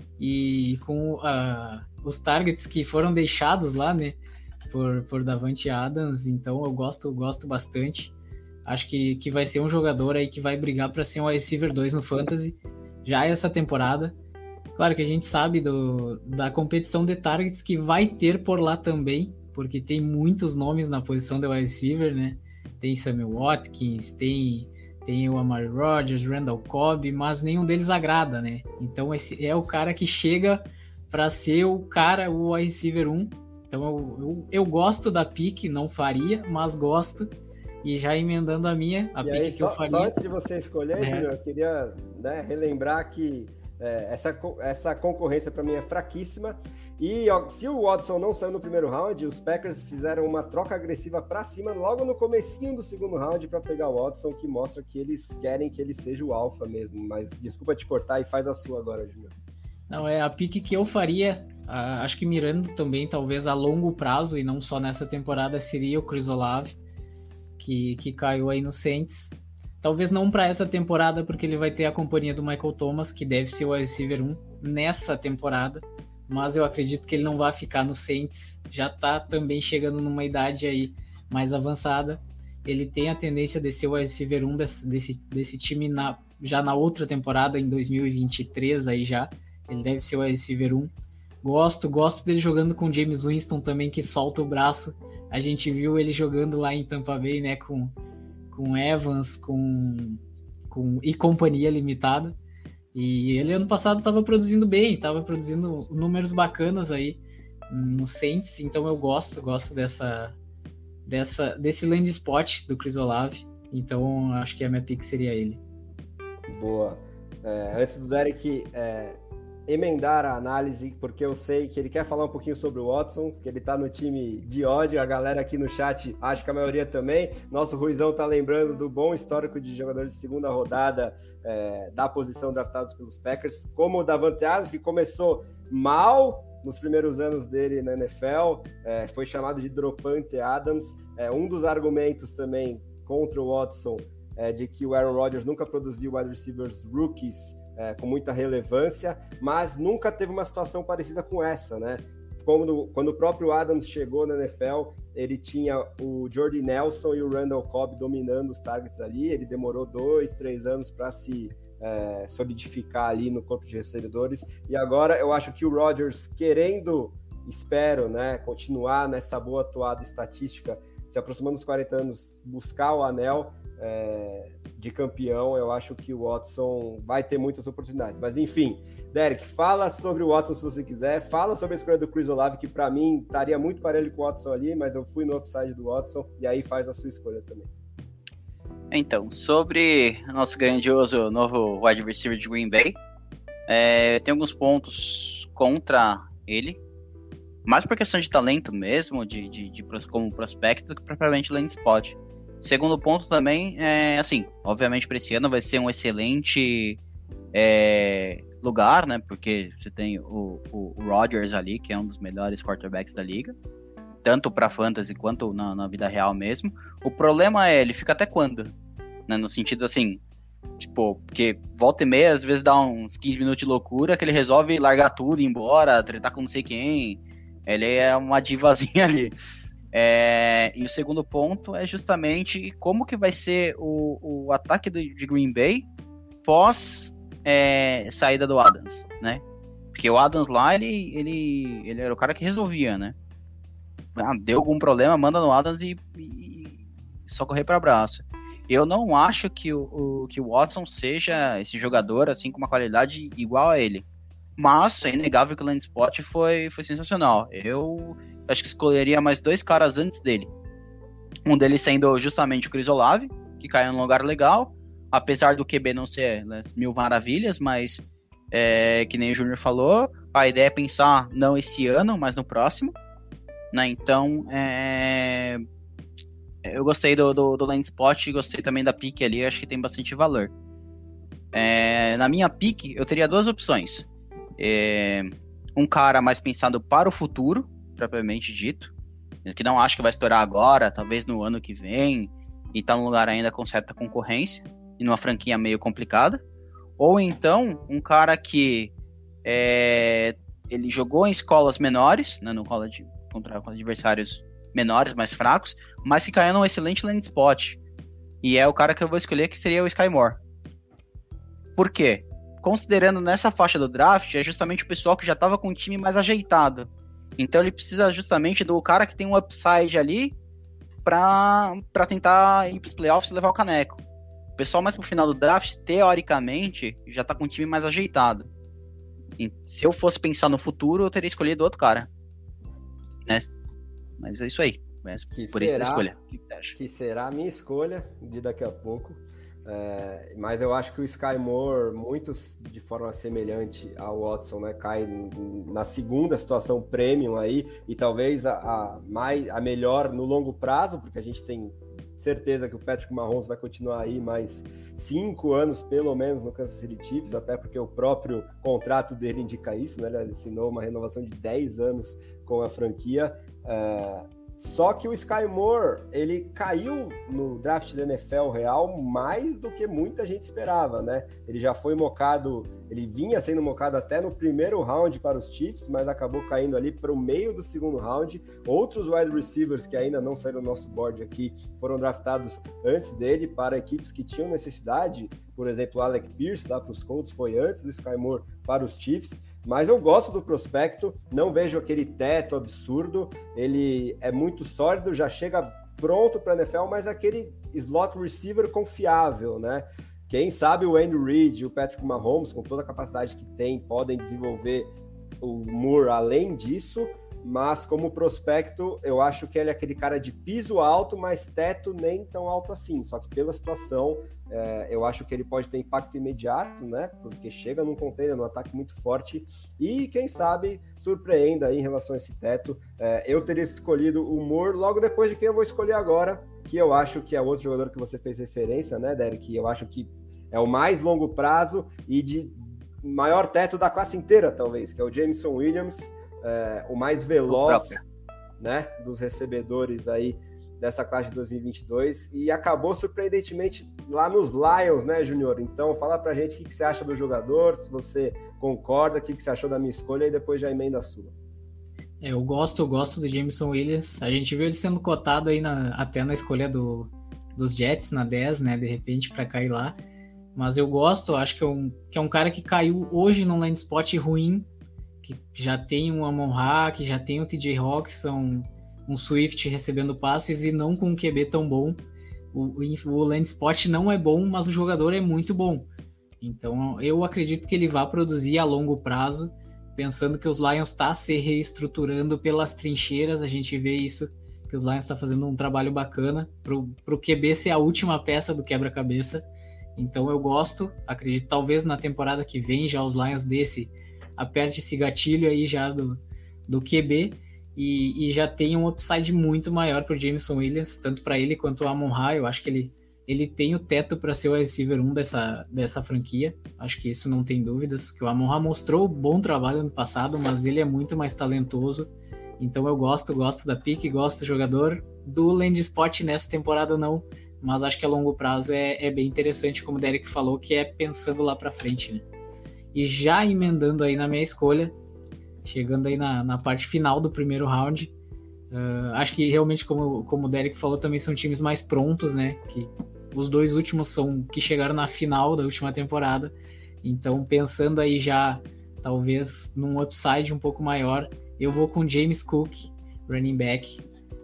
e com os targets que foram deixados lá, né? Por Davante Adams. Então eu gosto bastante. Acho que vai ser um jogador aí que vai brigar para ser um receiver 2 no Fantasy já essa temporada. Claro que a gente sabe da competição de targets que vai ter por lá também, porque tem muitos nomes na posição de wide receiver, né? Tem Sammy Watkins, tem o Amari Rodgers, Randall Cobb, mas nenhum deles agrada, né? Então esse é o cara que chega para ser o wide receiver 1. Então eu gosto da pick, não faria, mas gosto. E já emendando a pick aí, que eu faria... Só antes de você escolher, Júnior, eu queria relembrar que essa concorrência para mim é fraquíssima. E se o Watson não saiu no primeiro round, os Packers fizeram uma troca agressiva para cima logo no comecinho do segundo round para pegar o Watson, que mostra que eles querem que ele seja o alfa mesmo. Mas desculpa te cortar e faz a sua agora, Júnior. Não, é a pick que eu faria, acho que mirando também talvez a longo prazo e não só nessa temporada, seria o Chris Olave, que caiu aí no Saints. Talvez não para essa temporada, porque ele vai ter a companhia do Michael Thomas, que deve ser o receiver 1 nessa temporada, mas eu acredito que ele não vai ficar no Saints, já está também chegando numa idade aí mais avançada. Ele tem a tendência de ser o receiver 1 desse time já na outra temporada, em 2023 aí já, ele deve ser o receiver 1. Gosto dele jogando com James Winston também, que solta o braço. A gente viu ele jogando lá em Tampa Bay, né, com Evans, e companhia limitada. E ele ano passado estava produzindo bem, estava produzindo números bacanas aí no Saints, então eu gosto desse land spot do Chris Olave. Então acho que a minha pick seria ele. Boa. Antes do Derek emendar a análise, porque eu sei que ele quer falar um pouquinho sobre o Watson, que ele tá no time de ódio, a galera aqui no chat, acho que a maioria também. Nosso Ruizão tá lembrando do bom histórico de jogadores de segunda rodada da posição draftados pelos Packers, como o Davante Adams, que começou mal nos primeiros anos dele na NFL, foi chamado de Dropante Adams. Um dos argumentos também contra o Watson de que o Aaron Rodgers nunca produziu wide receivers rookies com muita relevância, mas nunca teve uma situação parecida com essa, né? Quando o próprio Adams chegou na NFL, ele tinha o Jordy Nelson e o Randall Cobb dominando os targets ali, ele demorou 2-3 anos para se solidificar ali no corpo de recebedores, e agora eu acho que o Rodgers, querendo, espero, né, continuar nessa boa toada estatística, se aproximando dos 40 anos, buscar o anel de campeão, eu acho que o Watson vai ter muitas oportunidades. Mas enfim, Derek, fala sobre o Watson se você quiser, fala sobre a escolha do Chris Olave, que para mim estaria muito parelho com o Watson ali, mas eu fui no upside do Watson, e aí faz a sua escolha também. Então, sobre o nosso grandioso novo wide receiver de Green Bay, tem alguns pontos contra ele, mais por questão de talento mesmo, como prospecto, do que propriamente landing spot. Segundo ponto também, assim, obviamente para esse ano vai ser um excelente lugar, né, porque você tem o Rodgers ali, que é um dos melhores quarterbacks da liga, tanto para fantasy quanto na vida real mesmo. O problema ele fica até quando? Né, no sentido assim, tipo, porque volta e meia, às vezes dá uns 15 minutos de loucura, que ele resolve largar tudo, ir embora, tretar com não sei quem, ele é uma divazinha ali. E o segundo ponto é justamente como que vai ser o ataque de Green Bay pós saída do Adams, né? Porque o Adams lá, ele era o cara que resolvia, né? Deu algum problema, manda no Adams e só correr para abraço. Eu não acho que o Watson seja esse jogador assim com uma qualidade igual a ele. Mas é inegável que o landing spot foi sensacional. Eu acho que escolheria mais 2 caras antes dele. Um deles sendo justamente o Chris Olave, que caiu num lugar legal, apesar do QB não ser mil maravilhas, mas que nem o Júnior falou, a ideia é pensar não esse ano, mas no próximo, né? Então, eu gostei do landing spot e gostei também da pick ali, acho que tem bastante valor. Na minha pick, eu teria 2 opções. Um cara mais pensado para o futuro, propriamente dito, que não acho que vai estourar agora, talvez no ano que vem, e tá num lugar ainda com certa concorrência, e numa franquia meio complicada. Ou então, um cara que ele jogou em escolas menores, né, no college, contra adversários menores, mais fracos, mas que caiu num excelente landing spot. E é o cara que eu vou escolher, que seria o Sky Moore. Por quê? Considerando nessa faixa do draft, é justamente o pessoal que já estava com o time mais ajeitado. Então ele precisa justamente do cara que tem um upside ali para tentar ir para os playoffs e levar o caneco. O pessoal mais pro final do draft, teoricamente, já tá com o time mais ajeitado. E se eu fosse pensar no futuro, eu teria escolhido outro cara. Né? Mas é isso aí. Por isso a escolha. Que será a minha escolha de daqui a pouco. Mas eu acho que o Sky Moore, muitos de forma semelhante ao Watson, né, cai na segunda situação premium aí, e talvez a melhor no longo prazo, porque a gente tem certeza que o Patrick Mahomes vai continuar aí mais 5 anos, pelo menos, no Kansas City Chiefs, até porque o próprio contrato dele indica isso, né? Ele assinou uma renovação de 10 anos com a franquia. Só que o Sky Moore, ele caiu no draft da NFL real mais do que muita gente esperava, né? Ele já foi mocado, ele vinha sendo mocado até no primeiro round para os Chiefs, mas acabou caindo ali para o meio do segundo round. Outros wide receivers que ainda não saíram do nosso board aqui foram draftados antes dele para equipes que tinham necessidade. Por exemplo, o Alec Pierce lá para os Colts foi antes do Sky Moore para os Chiefs. Mas eu gosto do prospecto, não vejo aquele teto absurdo, ele é muito sólido, já chega pronto para a NFL, mas aquele slot receiver confiável, né? Quem sabe o Andy Reid e o Patrick Mahomes, com toda a capacidade que tem, podem desenvolver o Moore além disso, mas como prospecto, eu acho que ele é aquele cara de piso alto, mas teto nem tão alto assim. Só que pela situação, eu acho que ele pode ter impacto imediato, né? Porque chega num container, num ataque muito forte e, quem sabe, surpreenda aí em relação a esse teto. Eu teria escolhido o Moore logo depois de quem eu vou escolher agora, que eu acho que é outro jogador que você fez referência, né, Derek? Eu acho que é o mais longo prazo e de maior teto da classe inteira, talvez, que é o Jameson Williams, o mais veloz, né, dos recebedores aí dessa classe de 2022, e acabou surpreendentemente lá nos Lions, né, Júnior? Então, fala pra gente o que você acha do jogador, se você concorda, o que você achou da minha escolha, e depois já emenda a sua. Eu gosto do Jameson Williams. A gente viu ele sendo cotado aí até na escolha dos Jets, na 10, né, de repente, para cair lá. Mas eu gosto, acho que é um cara que caiu hoje num land spot ruim, que já tem um Amon-Ra, que já tem o TJ Hawks, são um Swift recebendo passes e não com um QB tão bom. O land spot não é bom, mas o jogador é muito bom. Então eu acredito que ele vai produzir a longo prazo, pensando que os Lions está se reestruturando pelas trincheiras. A gente vê isso, que os Lions está fazendo um trabalho bacana pro QB ser a última peça do quebra-cabeça. Então eu acredito talvez na temporada que vem já os Lions aperte esse gatilho aí já do QB e já tem um upside muito maior para o Jameson Williams, tanto para ele quanto o Amon-Ra. Eu acho que ele tem o teto para ser o receiver 1 dessa franquia. Acho que isso não tem dúvidas, que o Amon-Ra mostrou bom trabalho no passado, mas ele é muito mais talentoso. Então eu gosto da pick, gosto do jogador. Do land spot nessa temporada não, mas acho que a longo prazo é bem interessante, como o Derek falou, que é pensando lá para frente, né? E já emendando aí na minha escolha, chegando aí na parte final do primeiro round, acho que realmente, como o Derek falou, também são times mais prontos, né? Que os dois últimos são que chegaram na final da última temporada. Então, pensando aí já, talvez, num upside um pouco maior, eu vou com James Cook, running back,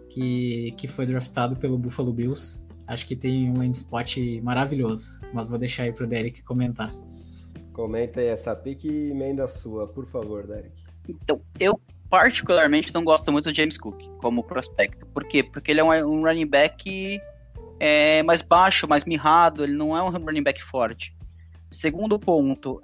que foi draftado pelo Buffalo Bills. Acho que tem um land spot maravilhoso, mas vou deixar aí pro Derek comentar. Comenta aí essa pick e emenda a sua, por favor, Derek. Então, eu particularmente não gosto muito do James Cook como prospecto. Por quê? Porque ele é um running back mais baixo, mais mirrado, ele não é um running back forte. Segundo ponto,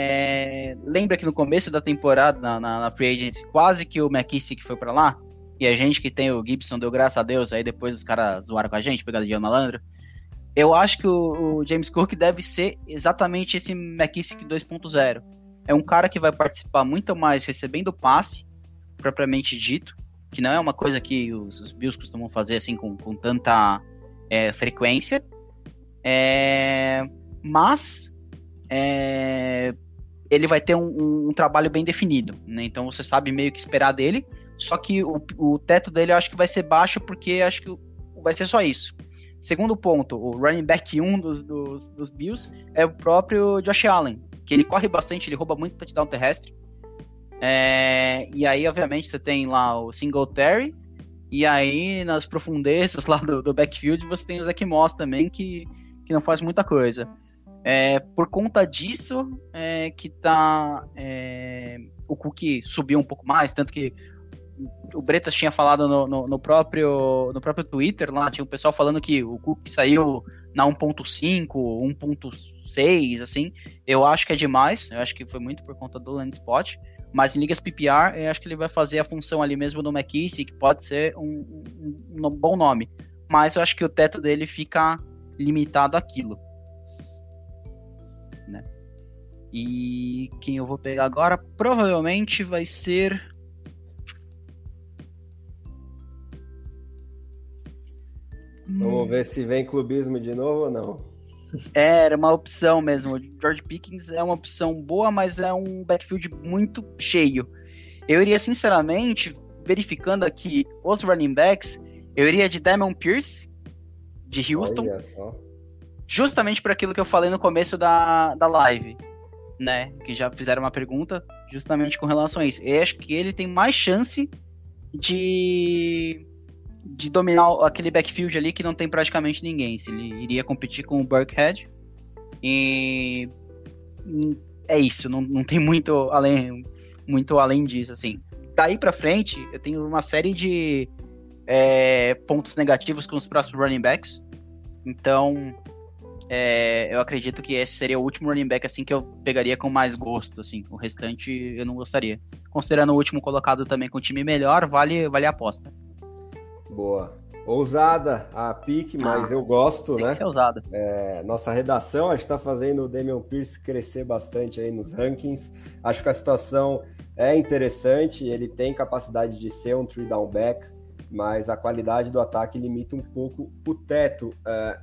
lembra que no começo da temporada, na Free Agency, quase que o McKissick foi pra lá? E a gente que tem o Gibson deu graças a Deus, aí depois os caras zoaram com a gente, pegadinha malandro. Eu acho que o James Cook deve ser exatamente esse McKissick 2.0. É um cara que vai participar muito mais recebendo passe, propriamente dito, que não é uma coisa que os Bills costumam fazer assim com tanta frequência. Mas ele vai ter um trabalho bem definido, né? Então você sabe meio que esperar dele. Só que o teto dele eu acho que vai ser baixo, porque acho que vai ser só isso. Segundo ponto, o running back 1 dos Bills é o próprio Josh Allen, que ele corre bastante, ele rouba muito touchdown terrestre. E aí, obviamente, você tem lá o Singletary, e aí nas profundezas lá do backfield você tem o Zach Moss também, que não faz muita coisa. Por conta disso, que tá o Cook subiu um pouco mais, tanto que o Bretas tinha falado no próprio Twitter, lá tinha um pessoal falando que o Cook saiu na 1.5, 1.6, assim. Eu acho que é demais, eu acho que foi muito por conta do land spot, mas em ligas PPR, eu acho que ele vai fazer a função ali mesmo do McKissick, que pode ser um bom nome, mas eu acho que o teto dele fica limitado àquilo, né? E quem eu vou pegar agora provavelmente vai ser... Vamos ver se vem clubismo de novo ou não. Era uma opção mesmo. O George Pickens é uma opção boa, mas é um backfield muito cheio. Eu iria, sinceramente, verificando aqui os running backs, eu iria de Dameon Pierce, de Houston. Olha só. Justamente por aquilo que eu falei no começo da live, né? Que já fizeram uma pergunta justamente com relação a isso. Eu acho que ele tem mais chance de dominar aquele backfield ali que não tem praticamente ninguém. Se ele iria competir com o Burkhead. E é isso, não tem muito muito além disso, assim. Daí pra frente, eu tenho uma série de pontos negativos com os próximos running backs. Então, eu acredito que esse seria o último running back, assim, que eu pegaria com mais gosto, assim. O restante, eu não gostaria. Considerando o último colocado também com um time melhor, vale a aposta. Boa. Ousada a pique, mas eu gosto, tem né? Que ser ousada. Nossa redação, acho que está fazendo o Dameon Pierce crescer bastante aí nos rankings. Acho que a situação é interessante, ele tem capacidade de ser um three down back, mas a qualidade do ataque limita um pouco o teto.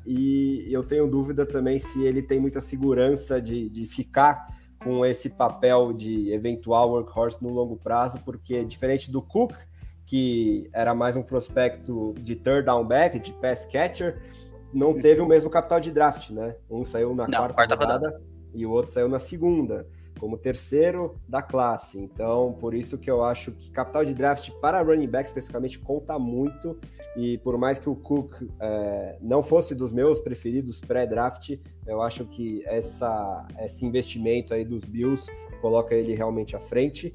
E eu tenho dúvida também se ele tem muita segurança de ficar com esse papel de eventual workhorse no longo prazo, porque diferente do Cook, que era mais um prospecto de third down back, de pass catcher, não teve o mesmo capital de draft, né? Um saiu na quarta rodada e o outro saiu na segunda, como terceiro da classe. Então, por isso que eu acho que capital de draft para running back especificamente conta muito, e por mais que o Cook não fosse dos meus preferidos pré-draft, eu acho que esse investimento aí dos Bills coloca ele realmente à frente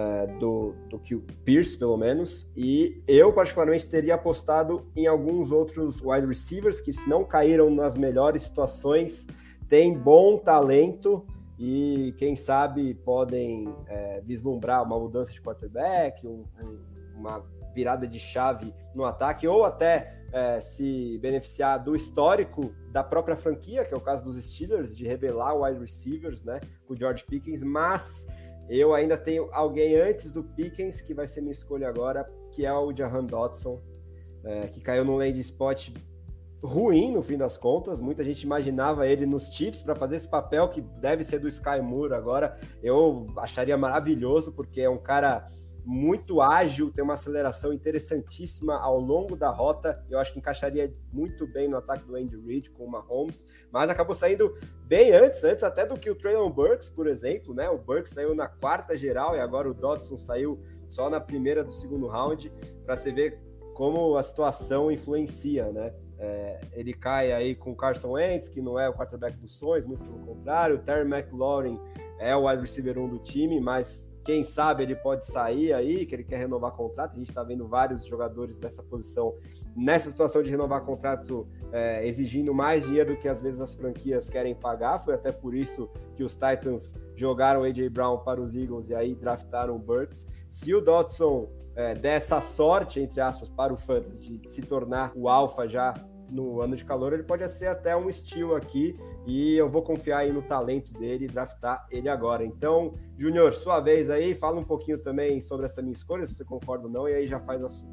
do que o Pierce, pelo menos, e eu particularmente teria apostado em alguns outros wide receivers que, se não caíram nas melhores situações, têm bom talento e, quem sabe, podem vislumbrar uma mudança de quarterback, uma virada de chave no ataque, ou até se beneficiar do histórico da própria franquia, que é o caso dos Steelers, de revelar wide receivers, né, com o George Pickens, mas eu ainda tenho alguém antes do Pickens, que vai ser minha escolha agora, que é o Jahan Dotson, que caiu no landing spot ruim, no fim das contas. Muita gente imaginava ele nos Chiefs para fazer esse papel, que deve ser do Sky Moore agora. Eu acharia maravilhoso, porque é um cara muito ágil, tem uma aceleração interessantíssima ao longo da rota. Eu acho que encaixaria muito bem no ataque do Andy Reid com o Mahomes, mas acabou saindo bem antes até do que o Traylon Burks, por exemplo, né? O Burks saiu na quarta geral e agora o Dotson saiu só na primeira do segundo round, para você ver como a situação influencia, né? Ele cai aí com o Carson Wentz, que não é o quarterback dos sonhos, muito pelo contrário. O Terry McLaurin é o wide receiver 1 do time, mas quem sabe ele pode sair aí, que ele quer renovar contrato. A gente está vendo vários jogadores dessa posição nessa situação de renovar contrato, exigindo mais dinheiro do que às vezes as franquias querem pagar. Foi até por isso que os Titans jogaram o A.J. Brown para os Eagles e aí draftaram o Burks. Se o Dotson der essa sorte, entre aspas, para o Fantasy, de se tornar o alfa já no ano de calor, ele pode ser até um steal aqui, e eu vou confiar aí no talento dele e draftar ele agora. Então, Júnior, sua vez aí, fala um pouquinho também sobre essa minha escolha, se você concorda ou não, e aí já faz a sua.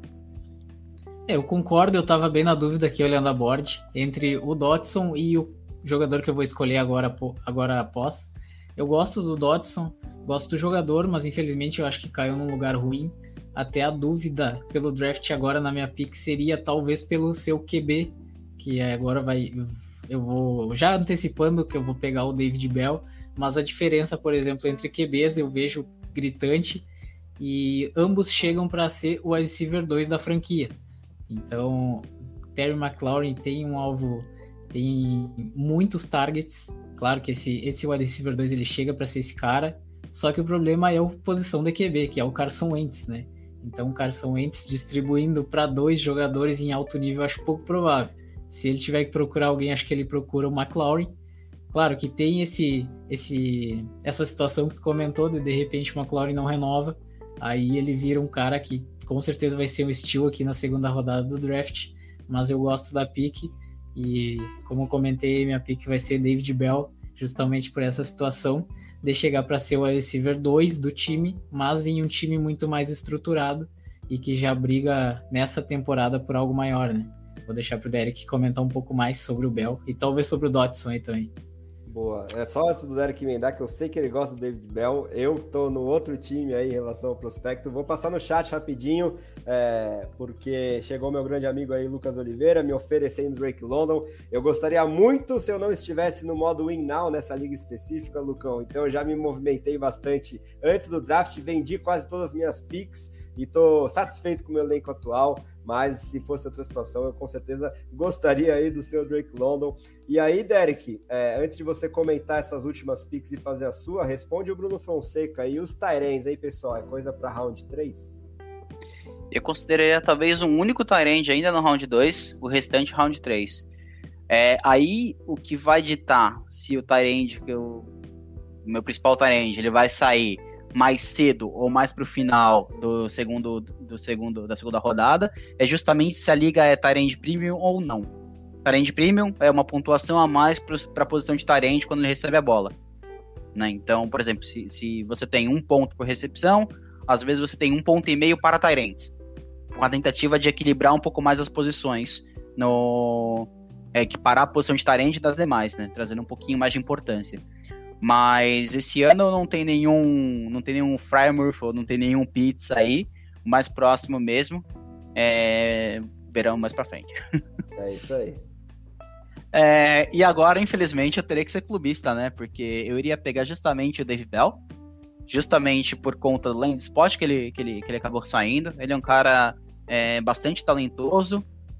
Eu concordo, eu tava bem na dúvida aqui olhando a board, entre o Dotson e o jogador que eu vou escolher agora após. Eu gosto do Dotson, gosto do jogador, mas infelizmente eu acho que caiu num lugar ruim. Até a dúvida pelo draft agora na minha pick seria talvez pelo seu QB, que agora eu vou já antecipando que eu vou pegar o David Bell, mas a diferença, por exemplo, entre QBs eu vejo gritante, e ambos chegam para ser o wide receiver 2 da franquia. Então, Terry McLaurin tem um alvo, tem muitos targets. Claro que esse wide receiver 2 ele chega para ser esse cara, só que o problema é a posição de QB, que é o Carson Wentz, né? Então, o Carson Wentz distribuindo para 2 jogadores em alto nível, eu acho pouco provável. Se ele tiver que procurar alguém, acho que ele procura o McLaurin. Claro que tem essa situação que tu comentou, de repente o McLaurin não renova, aí ele vira um cara que com certeza vai ser um steal aqui na segunda rodada do draft, mas eu gosto da pick, e como eu comentei, minha pick vai ser David Bell, justamente por essa situação de chegar para ser o receiver 2 do time, mas em um time muito mais estruturado e que já briga nessa temporada por algo maior, né? Vou deixar pro Derek comentar um pouco mais sobre o Bell e talvez sobre o Dotson aí também. Boa. Só antes do Derek emendar, que eu sei que ele gosta do David Bell, eu tô no outro time aí em relação ao prospecto. Vou passar no chat rapidinho, porque chegou meu grande amigo aí, Lucas Oliveira, me oferecendo Drake London. Eu gostaria muito se eu não estivesse no modo Win Now nessa liga específica, Lucão. Então eu já me movimentei bastante antes do draft, vendi quase todas as minhas picks. e tô satisfeito com o meu elenco atual, mas se fosse outra situação, eu com certeza gostaria aí do seu Drake London. E aí, Derek, antes de você comentar essas últimas picks e fazer a sua, responde o Bruno Fonseca e os Tyrants aí, pessoal, é coisa para round 3? Eu consideraria talvez um único Tyrant ainda no round 2, o restante round 3. Aí o que vai ditar se o Tyrant, o meu principal Tyrant, ele vai sair mais cedo ou mais pro final da segunda rodada, é justamente se a liga é Tyrant Premium ou não. Tyrant Premium é uma pontuação a mais para a posição de Tyrant quando ele recebe a bola, né? Então, por exemplo, se você tem 1 ponto por recepção, às vezes você tem 1,5 ponto para Tyrants, com a tentativa de equilibrar um pouco mais as posições, equiparar a posição de Tyrant das demais, né? Trazendo um pouquinho mais de importância. Mas esse ano não tem nenhum Frymouth ou não tem nenhum Pitts aí. O mais próximo mesmo verão mais pra frente. É isso aí. E agora, infelizmente, eu terei que ser clubista, né? Porque eu iria pegar justamente o Dave Bell, justamente por conta do land spot que ele acabou saindo. Ele é um cara bastante talentoso.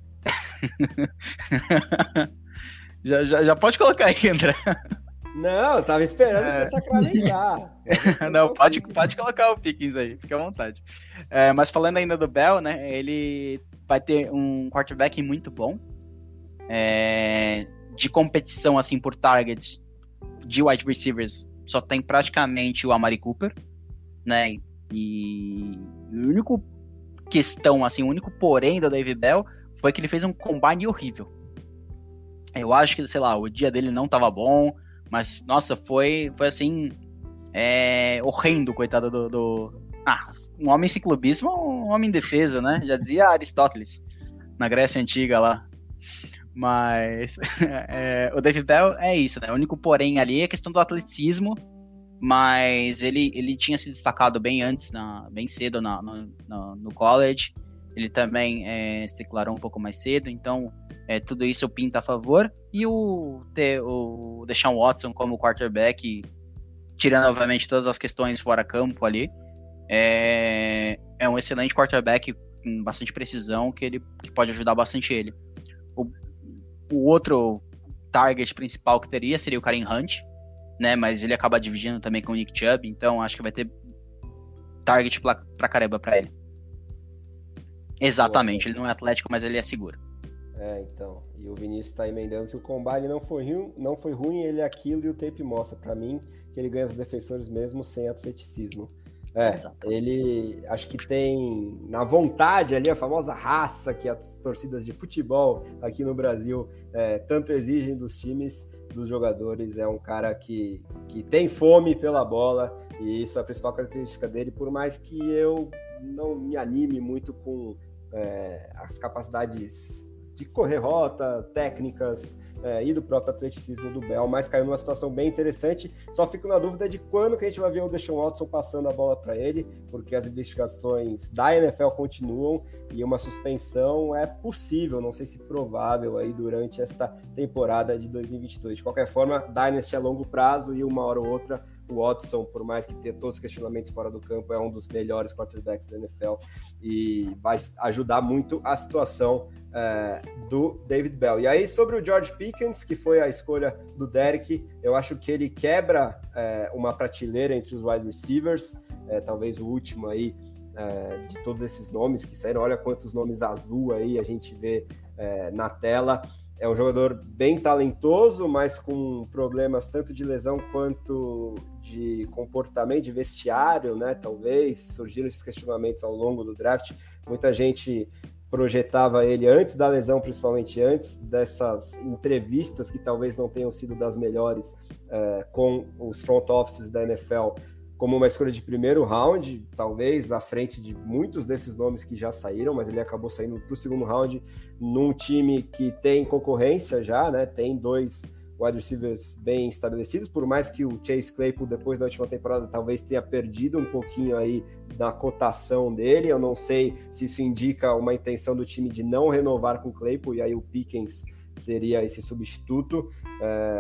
já pode colocar aí, André. Não, eu tava esperando você sacramentar. Não, pode colocar o Pickens aí, fica à vontade. Mas falando ainda do Bell, né, ele vai ter um quarterback muito bom, de competição, assim, por targets de wide receivers, só tem praticamente o Amari Cooper, né, e o único questão, assim, o único porém do Dave Bell foi que ele fez um combine horrível. Eu acho que, sei lá, o dia dele não tava bom, mas, nossa, foi assim, horrendo, coitado um homem sem clubismo, um homem em defesa, né? Já dizia Aristóteles, na Grécia Antiga lá. Mas o Dave Bell é isso, né? O único porém ali é a questão do atleticismo, mas ele tinha se destacado bem antes, bem cedo no college. Ele também se declarou um pouco mais cedo, então tudo isso eu pinto a favor. E o Deshaun Watson como quarterback, tirando obviamente todas as questões fora campo ali, é um excelente quarterback com bastante precisão que pode ajudar bastante ele. O outro target principal que teria seria o Kareem Hunt, né? Mas ele acaba dividindo também com o Nick Chubb, então acho que vai ter target pra caramba pra ele. Exatamente, ele não é atlético, mas ele é seguro. Então. E o Vinícius tá emendando que o combine não foi ruim, ele é aquilo, e o tape mostra pra mim que ele ganha os defensores mesmo sem atleticismo. Ele acho que tem na vontade ali a famosa raça que as torcidas de futebol aqui no Brasil tanto exigem dos times, dos jogadores. É um cara que tem fome pela bola, e isso é a principal característica dele, por mais que eu não me anime muito com as capacidades de correr rota, técnicas e do próprio atleticismo do Bell, mas caiu numa situação bem interessante. Só fico na dúvida de quando que a gente vai ver o Deshaun Watson passando a bola para ele, porque as investigações da NFL continuam e uma suspensão é possível, não sei se provável aí durante esta temporada de 2022. De qualquer forma, Dynasty a longo prazo, e uma hora ou outra o Watson, por mais que tenha todos os questionamentos fora do campo, é um dos melhores quarterbacks da NFL e vai ajudar muito a situação do David Bell. E aí, sobre o George Pickens, que foi a escolha do Derek, eu acho que ele quebra uma prateleira entre os wide receivers, talvez o último aí de todos esses nomes que saíram. Olha quantos nomes azul aí a gente vê na tela. É um jogador bem talentoso, mas com problemas tanto de lesão quanto de comportamento, de vestiário, né? Talvez surgiram esses questionamentos ao longo do draft. Muita gente projetava ele antes da lesão, principalmente antes dessas entrevistas que talvez não tenham sido das melhores com os front offices da NFL, como uma escolha de primeiro round, talvez à frente de muitos desses nomes que já saíram, mas ele acabou saindo para o segundo round num time que tem concorrência já, né? Tem dois wide receivers bem estabelecidos, por mais que o Chase Claypool, depois da última temporada, talvez tenha perdido um pouquinho aí da cotação dele. Eu não sei se isso indica uma intenção do time de não renovar com o Claypool, e aí o Pickens seria esse substituto.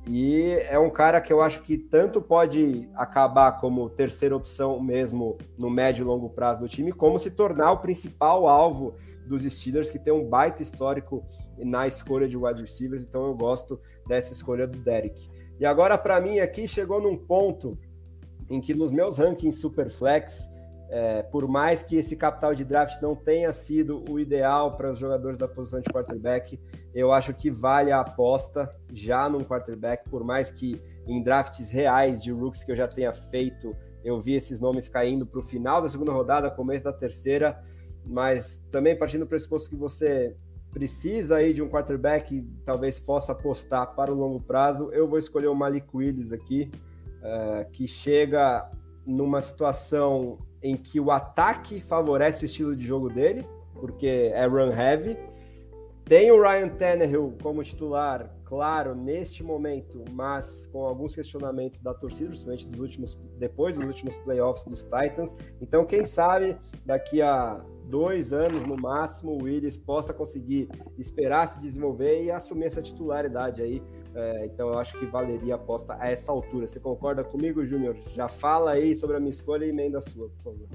E é um cara que eu acho que tanto pode acabar como terceira opção mesmo no médio e longo prazo do time, como se tornar o principal alvo dos Steelers, que tem um baita histórico na escolha de wide receivers. Então eu gosto dessa escolha do Derek. E agora, para mim, aqui chegou num ponto em que nos meus rankings Superflex, por mais que esse capital de draft não tenha sido o ideal para os jogadores da posição de quarterback, eu acho que vale a aposta já num quarterback, por mais que em drafts reais de rookies que eu já tenha feito, eu vi esses nomes caindo para o final da segunda rodada, começo da terceira, mas também partindo do pressuposto que você precisa aí de um quarterback, talvez possa apostar para o longo prazo, eu vou escolher o Malik Willis aqui, que chega numa situação em que o ataque favorece o estilo de jogo dele, porque é run heavy. Tem o Ryan Tannehill como titular, claro, neste momento, mas com alguns questionamentos da torcida, principalmente depois dos últimos playoffs dos Titans. Então, quem sabe, daqui a 2 anos no máximo, o Willis possa conseguir esperar se desenvolver e assumir essa titularidade aí. Então eu acho que valeria a aposta a essa altura. Você concorda comigo, Júnior? Já fala aí sobre a minha escolha e emenda a sua, por favor.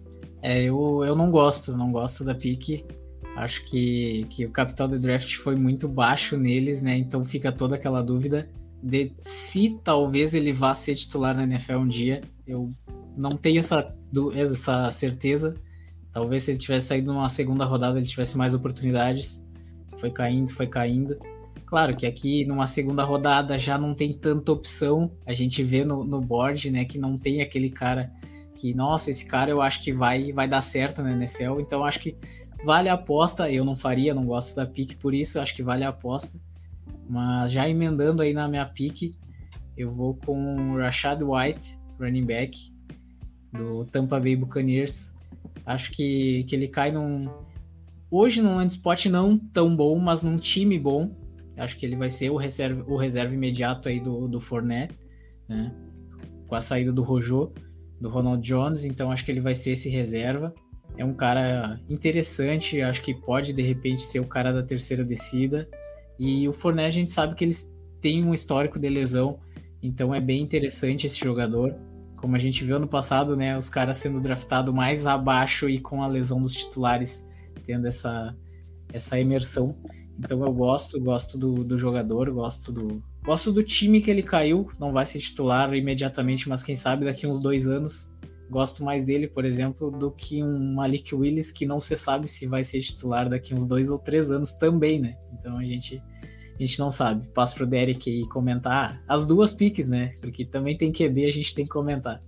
Eu não gosto da pique. Acho que o capital de draft foi muito baixo neles, né? Então fica toda aquela dúvida de se talvez ele vá ser titular na NFL um dia. Eu não tenho essa certeza. Talvez se ele tivesse saído numa segunda rodada ele tivesse mais oportunidades. Foi caindo. Claro que aqui numa segunda rodada já não tem tanta opção. A gente vê no board, né, que não tem aquele cara que, nossa, esse cara eu acho que vai dar certo na NFL. Então acho que vale a aposta. Eu não faria, não gosto da pique, por isso acho que vale a aposta. Mas já emendando aí na minha pique, eu vou com o Rachaad White, running back do Tampa Bay Buccaneers. Acho que ele cai hoje num land spot não tão bom, mas num time bom. Acho que ele vai ser o reserva imediato aí do Fournette, né? Com a saída do Rojo, do Ronald Jones, então acho que ele vai ser esse reserva. É um cara interessante, acho que pode de repente ser o cara da terceira descida. E o Fournette a gente sabe que eles têm um histórico de lesão, então é bem interessante esse jogador. Como a gente viu ano passado, né, os caras sendo draftados mais abaixo e com a lesão dos titulares tendo essa imersão. Então eu gosto do jogador, gosto do time que ele caiu. Não vai ser titular imediatamente, mas quem sabe daqui uns 2 anos. Gosto mais dele, por exemplo, do que um Malik Willis, que não se sabe se vai ser titular daqui uns 2 ou 3 anos também, né? Então a gente não sabe. Passo pro Derek aí comentar as duas piques, né? Porque também tem QB, a gente tem que comentar.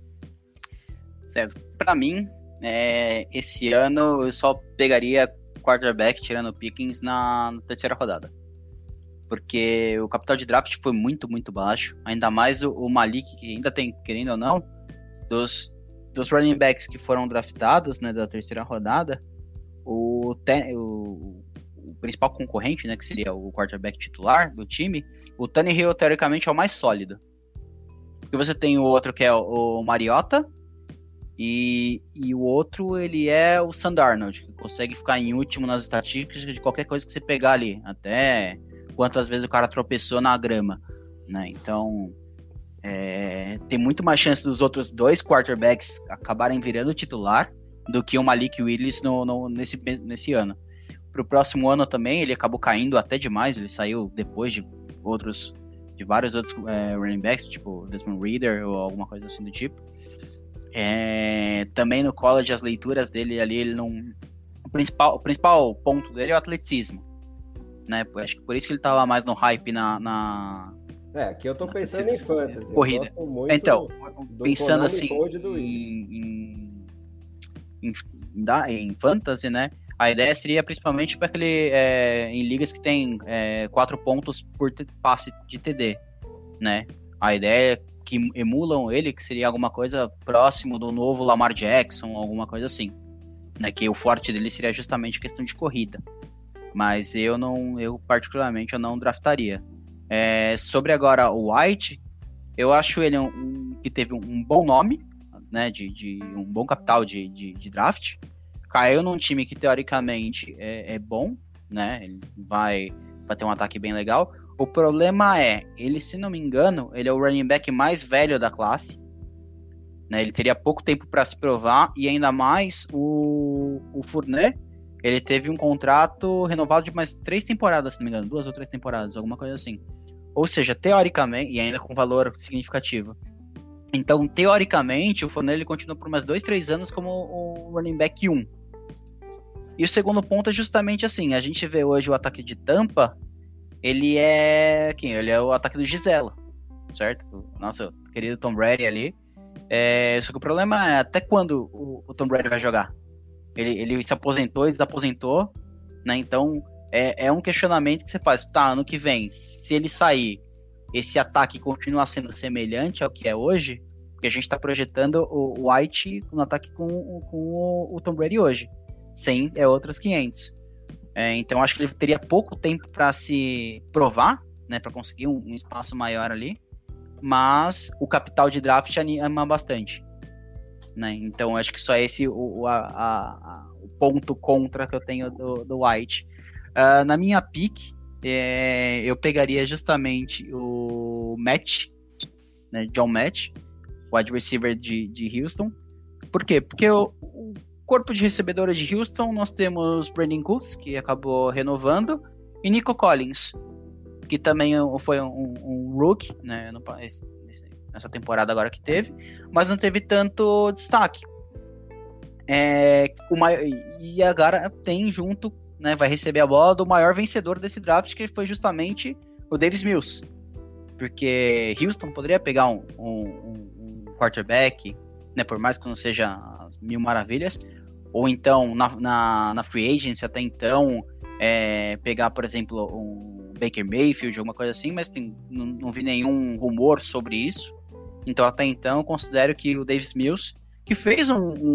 Certo. Pra mim, esse ano eu só pegaria quarterback tirando Pickens na terceira rodada. Porque o capital de draft foi muito, muito baixo. Ainda mais o Malik, que ainda tem, querendo ou não, dos running backs que foram draftados, né, da terceira rodada, o principal concorrente, né, que seria o quarterback titular do time, o Tannehill, teoricamente, é o mais sólido. Porque você tem o outro que é o Mariota, e o outro, ele é o Sam Darnold, que consegue ficar em último nas estatísticas de qualquer coisa que você pegar ali, até quantas vezes o cara tropeçou na grama, né? Então, tem muito mais chance dos outros 2 quarterbacks acabarem virando titular do que o Malik Willis nesse ano. Pro próximo ano também, ele acabou caindo até demais, ele saiu depois de vários outros running backs, tipo Desmond Ridder ou alguma coisa assim do tipo. Também no college, as leituras dele ali, ele não... O principal ponto dele é o atleticismo, né? Acho que por isso que ele tava mais no hype aqui eu tô pensando em fantasy. Corrida. Eu gosto muito então, do pensando assim em fantasy, né? A ideia seria principalmente para em ligas que tem 4 pontos por passe de TD, né? A ideia é que emulam ele, que seria alguma coisa próximo do novo Lamar Jackson, alguma coisa assim, né? Que o forte dele seria justamente a questão de corrida. Mas eu particularmente não draftaria. Sobre agora o White, eu acho ele que teve um bom nome, né? De um bom capital de draft. Caiu num time que teoricamente é bom, né? Ele vai ter um ataque bem legal. O problema é, ele, se não me engano, ele é o running back mais velho da classe, né? Ele teria pouco tempo para se provar, e ainda mais o Fournette, ele teve um contrato renovado de mais 3 temporadas, se não me engano, 2 ou 3 temporadas, alguma coisa assim. Ou seja, teoricamente, e ainda com valor significativo. Então, teoricamente, o Fournette ele continua por mais 2, 3 anos como o running back 1. E o segundo ponto é justamente assim, a gente vê hoje o ataque de Tampa, ele é o ataque do Gisela, certo? Nosso querido Tom Brady ali. Só que o problema é até quando o Tom Brady vai jogar. Ele se aposentou, ele desaposentou, né? Então é um questionamento que você faz. Tá, ano que vem, se ele sair, esse ataque continua sendo semelhante ao que é hoje, porque a gente está projetando o White no ataque com o Tom Brady hoje. Sem outros 500. Então acho que ele teria pouco tempo para se provar, né, para conseguir um espaço maior ali, mas o capital de draft anima bastante, né? Então acho que só esse o ponto contra que eu tenho do White. Na minha pick, eu pegaria justamente o Matt, né, John Matt, wide receiver de Houston. Por quê? Porque o corpo de recebedora de Houston, nós temos Brandon Cooks, que acabou renovando, e Nico Collins, que também foi um rookie, né, nessa temporada agora que teve, mas não teve tanto destaque. E agora tem junto, né, vai receber a bola do maior vencedor desse draft, que foi justamente o Davis Mills, porque Houston poderia pegar um quarterback, né, por mais que não seja as mil maravilhas, ou então na free agency até então pegar, por exemplo, um Baker Mayfield, alguma coisa assim, mas não vi nenhum rumor sobre isso. Então até então eu considero que o Davis Mills, que fez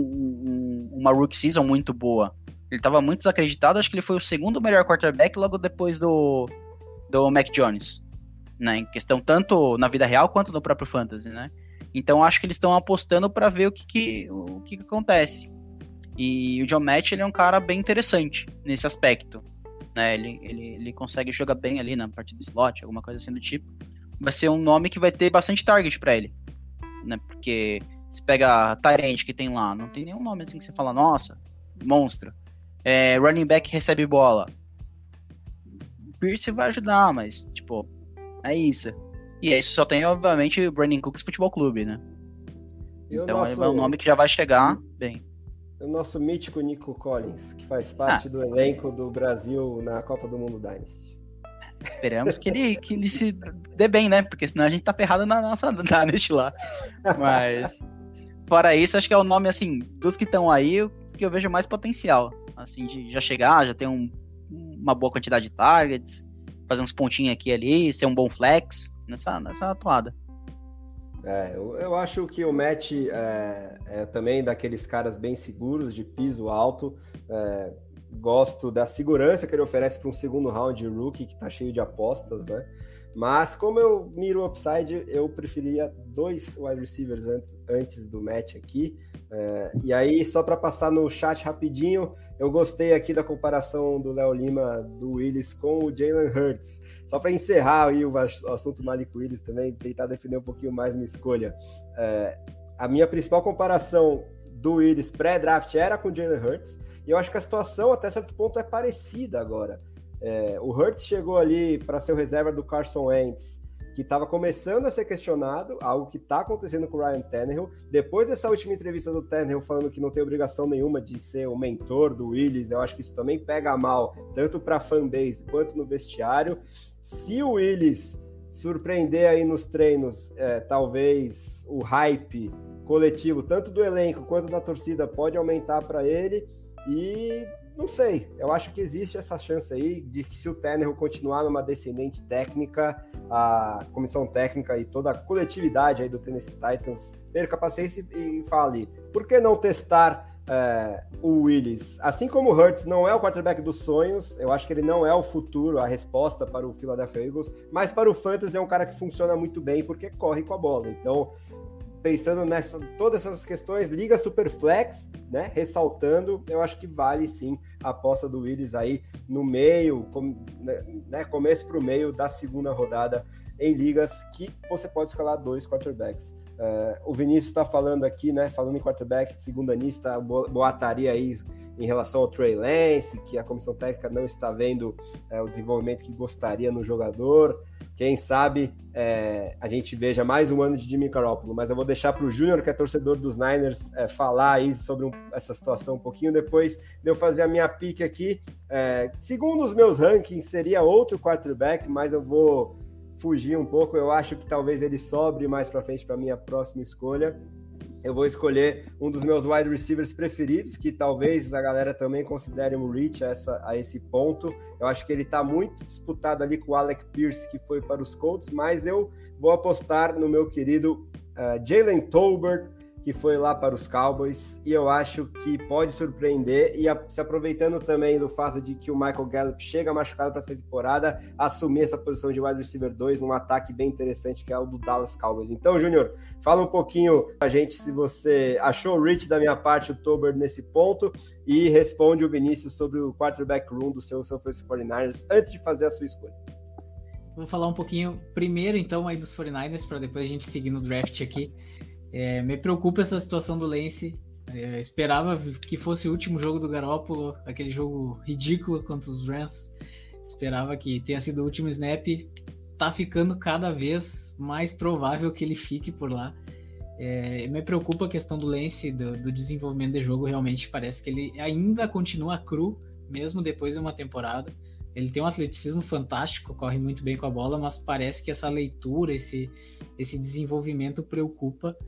uma rookie season muito boa, ele estava muito desacreditado, acho que ele foi o segundo melhor quarterback logo depois do Mac Jones, né, em questão tanto na vida real quanto no próprio fantasy, né. Então acho que eles estão apostando para ver o que acontece. E o John Matt, ele é um cara bem interessante nesse aspecto, né? Ele consegue jogar bem ali na parte do slot, alguma coisa assim do tipo. Vai ser um nome que vai ter bastante target para ele, né? Porque se pega a Tyrant que tem lá, não tem nenhum nome assim que você fala, nossa, monstro. Running back recebe bola. Pierce vai ajudar, mas, tipo, é isso. E isso só tem, obviamente, o Brandon Cooks Futebol Clube, né? Então é um nome que já vai chegar bem. O nosso mítico Nico Collins, que faz parte do elenco do Brasil na Copa do Mundo Dynasty. Esperamos que ele se dê bem, né? Porque senão a gente tá ferrado na nossa Dynasty lá. Mas, fora isso, acho que é o nome, assim, dos que estão aí, que eu vejo mais potencial. Assim, de já chegar, já ter uma boa quantidade de targets, fazer uns pontinhos aqui e ali, ser um bom flex nessa atuada. Eu acho que o Matt é também daqueles caras bem seguros, de piso alto. Gosto da segurança que ele oferece para um segundo round de rookie, que está cheio de apostas, né? Mas como eu miro o upside, eu preferia 2 wide receivers antes do Matt aqui. E aí, só para passar no chat rapidinho, eu gostei aqui da comparação do Léo Lima, do Willis, com o Jalen Hurts. Só para encerrar aí o assunto Malik Willis também, tentar defender um pouquinho mais minha escolha. A minha principal comparação do Willis pré-draft era com o Jalen Hurts, e eu acho que a situação até certo ponto é parecida agora. O Hurts chegou ali para ser o reserva do Carson Wentz, que estava começando a ser questionado, algo que está acontecendo com o Ryan Tannehill. Depois dessa última entrevista do Tannehill falando que não tem obrigação nenhuma de ser o mentor do Willis, eu acho que isso também pega mal, tanto para a fanbase quanto no vestiário. Se o Willis surpreender aí nos treinos, talvez o hype coletivo, tanto do elenco quanto da torcida, pode aumentar para ele. E não sei, eu acho que existe essa chance aí de que, se o Tannehill continuar numa descendente técnica, a comissão técnica e toda a coletividade aí do Tennessee Titans perca a paciência e fale, por que não testar o Willis? Assim como o Hurts não é o quarterback dos sonhos, eu acho que ele não é o futuro, a resposta para o Philadelphia Eagles, mas para o Fantasy é um cara que funciona muito bem porque corre com a bola. Então, pensando nessa todas essas questões, Liga Superflex, né? Ressaltando, eu acho que vale sim a aposta do Willis aí no meio, começo para o meio da segunda rodada em ligas que você pode escalar 2 quarterbacks. O Vinícius está falando aqui, né? Falando em quarterback, segundanista, boataria aí em relação ao Trey Lance, que a comissão técnica não está vendo o desenvolvimento que gostaria no jogador. Quem sabe a gente veja mais um ano de Jimmy Garoppolo, mas eu vou deixar para o Júnior, que é torcedor dos Niners, falar aí sobre essa situação um pouquinho, depois de eu fazer a minha pick aqui. Segundo os meus rankings, seria outro quarterback, mas eu vou fugir um pouco. Eu acho que talvez ele sobre mais para frente para a minha próxima escolha. Eu vou escolher um dos meus wide receivers preferidos, que talvez a galera também considere um reach a esse ponto. Eu acho que ele está muito disputado ali com o Alec Pierce, que foi para os Colts, mas eu vou apostar no meu querido Jalen Tolbert, que foi lá para os Cowboys, e eu acho que pode surpreender, e se aproveitando também do fato de que o Michael Gallup chega machucado para essa temporada, assumir essa posição de wide receiver 2 num ataque bem interessante, que é o do Dallas Cowboys. Então, Júnior, fala um pouquinho pra gente se você achou o reach da minha parte, o Tolbert, nesse ponto, e responde o Vinícius sobre o quarterback room do seu San Francisco 49ers, antes de fazer a sua escolha. Vou falar um pouquinho primeiro, então, aí dos 49ers, para depois a gente seguir no draft aqui. Me preocupa essa situação do Lance. Esperava que fosse o último jogo do Garoppolo, aquele jogo ridículo contra os Rams. Esperava que tenha sido o último snap. Tá ficando cada vez mais provável que ele fique por lá. Me preocupa a questão do Lance, do desenvolvimento de jogo. Realmente parece que ele ainda continua cru, mesmo depois de uma temporada. Ele tem um atleticismo fantástico, corre muito bem com a bola, mas parece que essa leitura, esse desenvolvimento preocupa.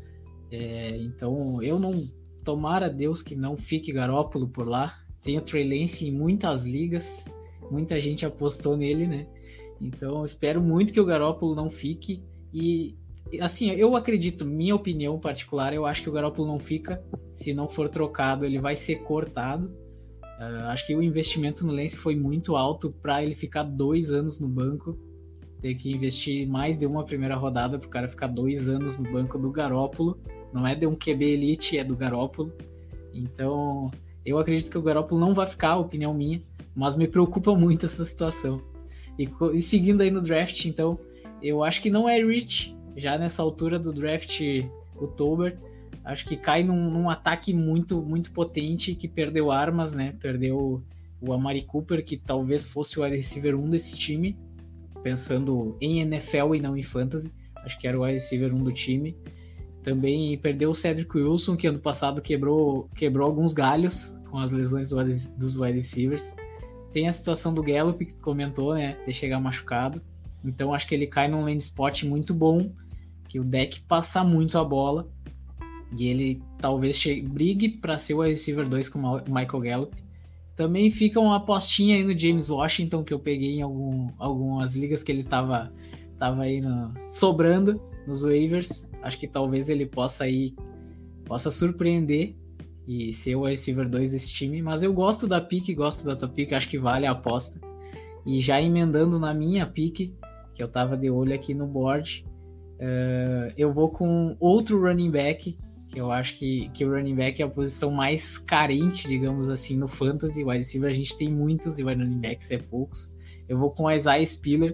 Então, eu não... Tomara a Deus que não fique Garoppolo por lá. Tem o Trey Lance em muitas ligas, muita gente apostou nele, né? Então, eu espero muito que o Garoppolo não fique. E, assim, eu acredito, minha opinião particular, eu acho que o Garoppolo não fica. Se não for trocado, ele vai ser cortado. Acho que o investimento no Lance foi muito alto para ele ficar 2 anos no banco. Ter que investir mais de uma primeira rodada para o cara ficar 2 anos no banco do Garoppolo. Não é de um QB elite, é do Garoppolo. Então, eu acredito que o Garoppolo não vai ficar, opinião minha, mas me preocupa muito essa situação. E seguindo aí no draft, então, eu acho que não é reach, já nessa altura do draft, o Tolbert. Acho que cai num ataque muito, muito potente, que perdeu armas, né? Perdeu o Amari Cooper, que talvez fosse o wide receiver 1 desse time, pensando em NFL e não em fantasy. Acho que era o wide receiver 1 do time. Também perdeu o Cedric Wilson, que ano passado quebrou alguns galhos com as lesões dos wide receivers. Tem a situação do Gallup, que tu comentou, né? De chegar machucado. Então acho que ele cai num land spot muito bom, que o deck passa muito a bola. E ele talvez brigue para ser o receiver 2 com o Michael Gallup. Também fica uma apostinha aí no James Washington, que eu peguei em algumas ligas que ele tava aí sobrando nos waivers. Acho que talvez ele possa surpreender e ser o receiver 2 desse time. Mas eu gosto da pick, gosto da tua pick, acho que vale a aposta. E já emendando na minha pick, que eu tava de olho aqui no board, eu vou com outro running back, que eu acho que o running back é a posição mais carente, digamos assim, no fantasy. O wide receiver a gente tem muitos e o running backs é poucos. Eu vou com o Isaiah Spiller,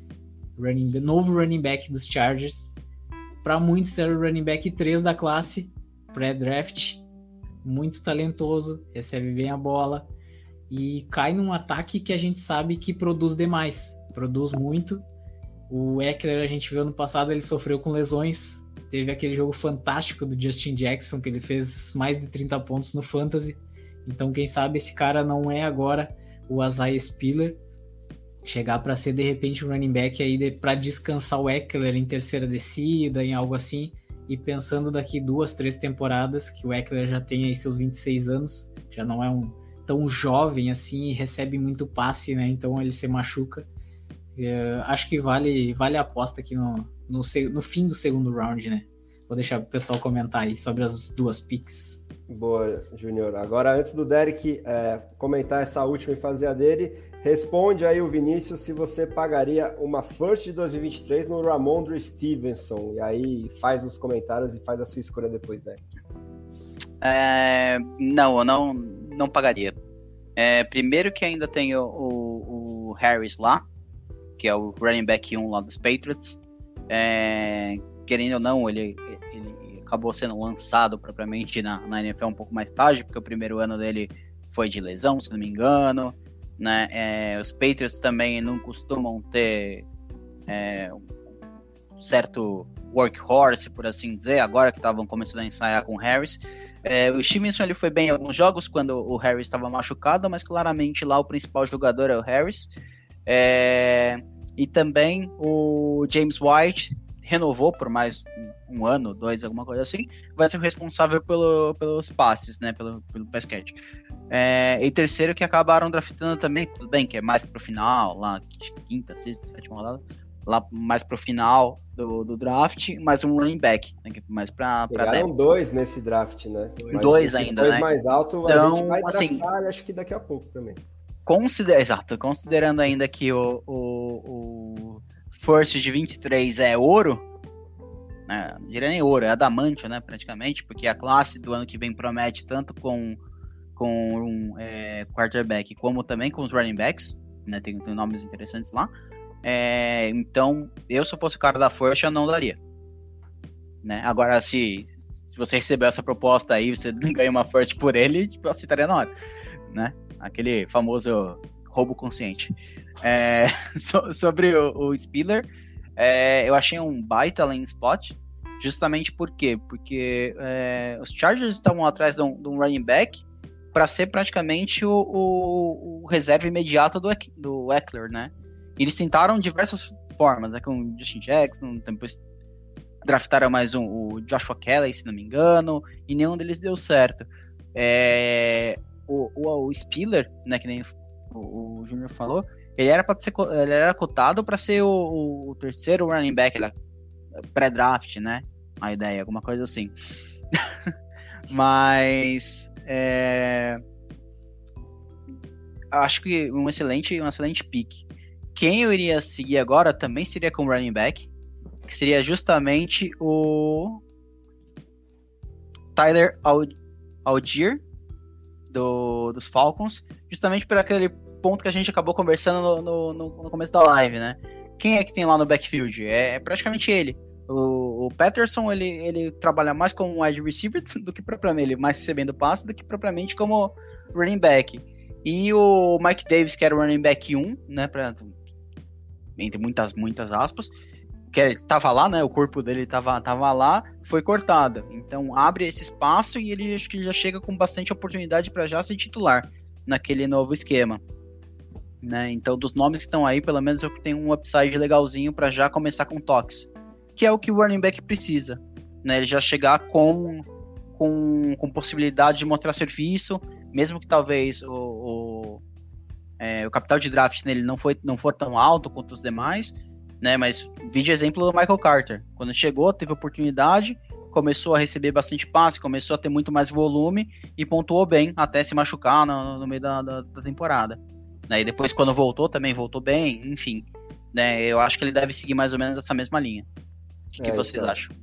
novo running back dos Chargers. Para muitos era o running back 3 da classe, pré-draft, muito talentoso, recebe bem a bola e cai num ataque que a gente sabe que produz demais, produz muito. O Eckler, a gente viu ano passado, ele sofreu com lesões. Teve aquele jogo fantástico do Justin Jackson, que ele fez mais de 30 pontos no Fantasy. Então, quem sabe esse cara não é agora o Isaiah Spiller. Chegar para ser, de repente, um running back aí para descansar o Eckler em terceira descida, em algo assim. E pensando daqui 2, 3 temporadas, que o Eckler já tem aí seus 26 anos, já não é tão jovem assim e recebe muito passe, né? Então ele se machuca. Acho que vale a aposta aqui no fim do segundo round, né? Vou deixar o pessoal comentar aí sobre as duas picks. Boa, Júnior. Agora, antes do Derek comentar essa última e fazer a dele, responde aí o Vinícius se você pagaria uma First de 2023 no Ramondre Stevenson. E aí faz os comentários e faz a sua escolha depois, Derek. Não, eu não pagaria. Primeiro que ainda tem o Harris lá, que é o running back 1 lá dos Patriots. Querendo ou não, ele acabou sendo lançado propriamente na NFL um pouco mais tarde, porque o primeiro ano dele foi de lesão, se não me engano, né? Os Patriots também não costumam ter um certo workhorse, por assim dizer, agora que estavam começando a ensaiar com o Harris. O Stevenson ele foi bem em alguns jogos quando o Harris estava machucado, mas claramente lá o principal jogador é o Harris. E também o James White renovou por mais um ano, 2, alguma coisa assim, vai ser o responsável pelos passes, né, pelo pass catch. E terceiro que acabaram draftando também, tudo bem, que é mais pro final, lá, quinta, sexta, sétima rodada, lá mais pro final do draft, mais um running back, né, mais pra pegaram depth. 2 nesse draft, né? Mas 2 ainda, né? mais alto, então, a gente vai assim, draftar, acho que daqui a pouco também. Considerando ainda que o First de 23 é ouro, né? Não diria nem ouro, é adamantio, né, praticamente, porque a classe do ano que vem promete tanto com quarterback como também com os running backs, né, tem nomes interessantes lá. Então, eu se eu fosse o cara da First, eu não daria, né? Agora, se você recebeu essa proposta aí, você ganha uma First por ele, tipo, eu aceitaria na hora, né? Aquele famoso roubo consciente. Sobre o Spiller, eu achei um baita landing spot, justamente por quê? Porque os Chargers estavam atrás de um running back para ser praticamente o reserva imediato do Eckler, né? E eles tentaram diversas formas, né, com o Justin Jackson, depois draftaram mais o Joshua Kelly, se não me engano, e nenhum deles deu certo. O Spiller, né, que nem o Júnior falou, ele era cotado para ser o terceiro running back pré-draft, né? A ideia, alguma coisa assim. Mas acho que um excelente pick. Quem eu iria seguir agora também seria com running back, que seria justamente o Tyler Allgeier dos Falcons, justamente por aquele ponto que a gente acabou conversando no começo da live, né? Quem é que tem lá no backfield? É praticamente ele. O Patterson, ele trabalha mais como wide receiver do que propriamente, ele mais recebendo passe do que propriamente como running back. E o Mike Davis, que era o running back 1, né, entre muitas aspas, que tava lá, né, o corpo dele tava lá, foi cortado. Então abre esse espaço e ele acho que já chega com bastante oportunidade para já ser titular naquele novo esquema, né? Então dos nomes que estão aí, pelo menos eu tenho um upside legalzinho para já começar com toques, que é o que o running back precisa, né? Ele já chegar com possibilidade de mostrar serviço, mesmo que talvez o capital de draft nele não for tão alto quanto os demais, né? Mas vi de exemplo do Michael Carter. Quando chegou, teve oportunidade, começou a receber bastante passe, começou a ter muito mais volume e pontuou bem, até se machucar no meio da temporada. Né? E depois, quando voltou, também voltou bem, enfim. Né? Eu acho que ele deve seguir mais ou menos essa mesma linha. O que vocês acham?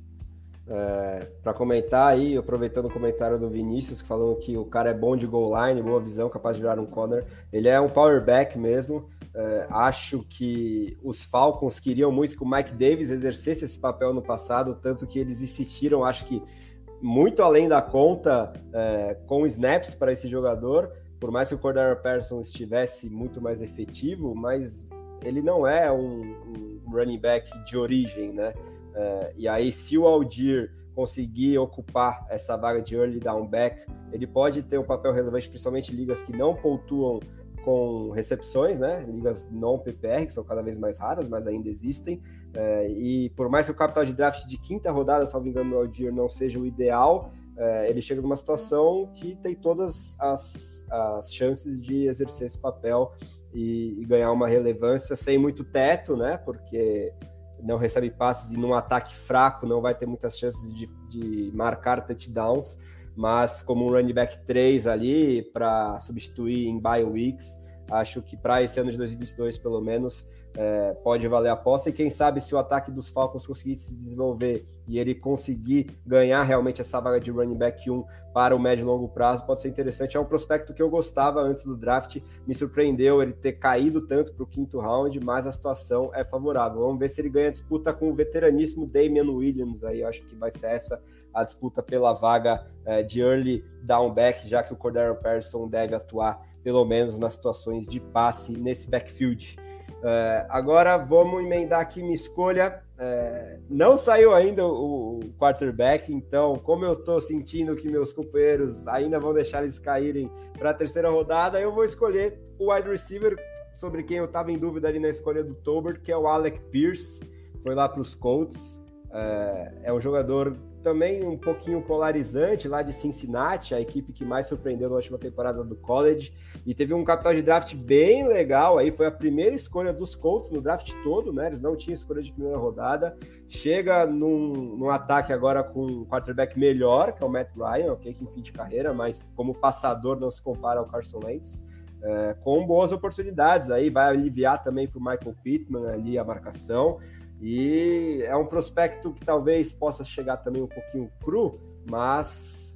Para comentar aí, aproveitando o comentário do Vinícius, falando que o cara é bom de goal line, boa visão, capaz de virar um corner. Ele é um power back mesmo. Acho que os Falcons queriam muito que o Mike Davis exercesse esse papel no passado, tanto que eles insistiram, acho que muito além da conta, com snaps para esse jogador, por mais que o Cordero Patterson estivesse muito mais efetivo, mas ele não é um running back de origem, né? E aí, se o Allgeier conseguir ocupar essa vaga de early down back, ele pode ter um papel relevante, principalmente em ligas que não pontuam com recepções, né? Ligas não PPR, que são cada vez mais raras, mas ainda existem. E por mais que o capital de draft de quinta rodada, salvo engano, o Allgeier não seja o ideal, ele chega numa situação que tem todas as chances de exercer esse papel e ganhar uma relevância sem muito teto, né? Porque não recebe passes e num ataque fraco não vai ter muitas chances de marcar touchdowns, mas como um running back 3 ali, para substituir em bye weeks, acho que para esse ano de 2022, pelo menos, pode valer a aposta. E quem sabe se o ataque dos Falcons conseguir se desenvolver e ele conseguir ganhar realmente essa vaga de running back 1 para o médio e longo prazo, pode ser interessante. É um prospecto que eu gostava antes do draft, me surpreendeu ele ter caído tanto para o 5º round, mas a situação é favorável. Vamos ver se ele ganha disputa com o veteraníssimo Damian Williams, aí eu acho que vai ser essa a disputa pela vaga de early down back, já que o Cordarrelle Patterson deve atuar pelo menos nas situações de passe nesse backfield. Agora vamos emendar aqui minha escolha. Não saiu ainda o quarterback, então como eu estou sentindo que meus companheiros ainda vão deixar eles caírem para a 3ª rodada, eu vou escolher o wide receiver sobre quem eu estava em dúvida ali na escolha do Tolbert, que é o Alec Pierce, foi lá para os Colts. É um jogador também um pouquinho polarizante lá de Cincinnati, a equipe que mais surpreendeu na última temporada do college, e teve um capital de draft bem legal, aí foi a primeira escolha dos Colts no draft todo, né? Eles não tinham escolha de primeira rodada, chega num ataque agora com um quarterback melhor, que é o Matt Ryan, ok, que em fim de carreira, mas como passador não se compara ao Carson Wentz, com boas oportunidades, aí vai aliviar também para o Michael Pittman ali a marcação. E é um prospecto que talvez possa chegar também um pouquinho cru, mas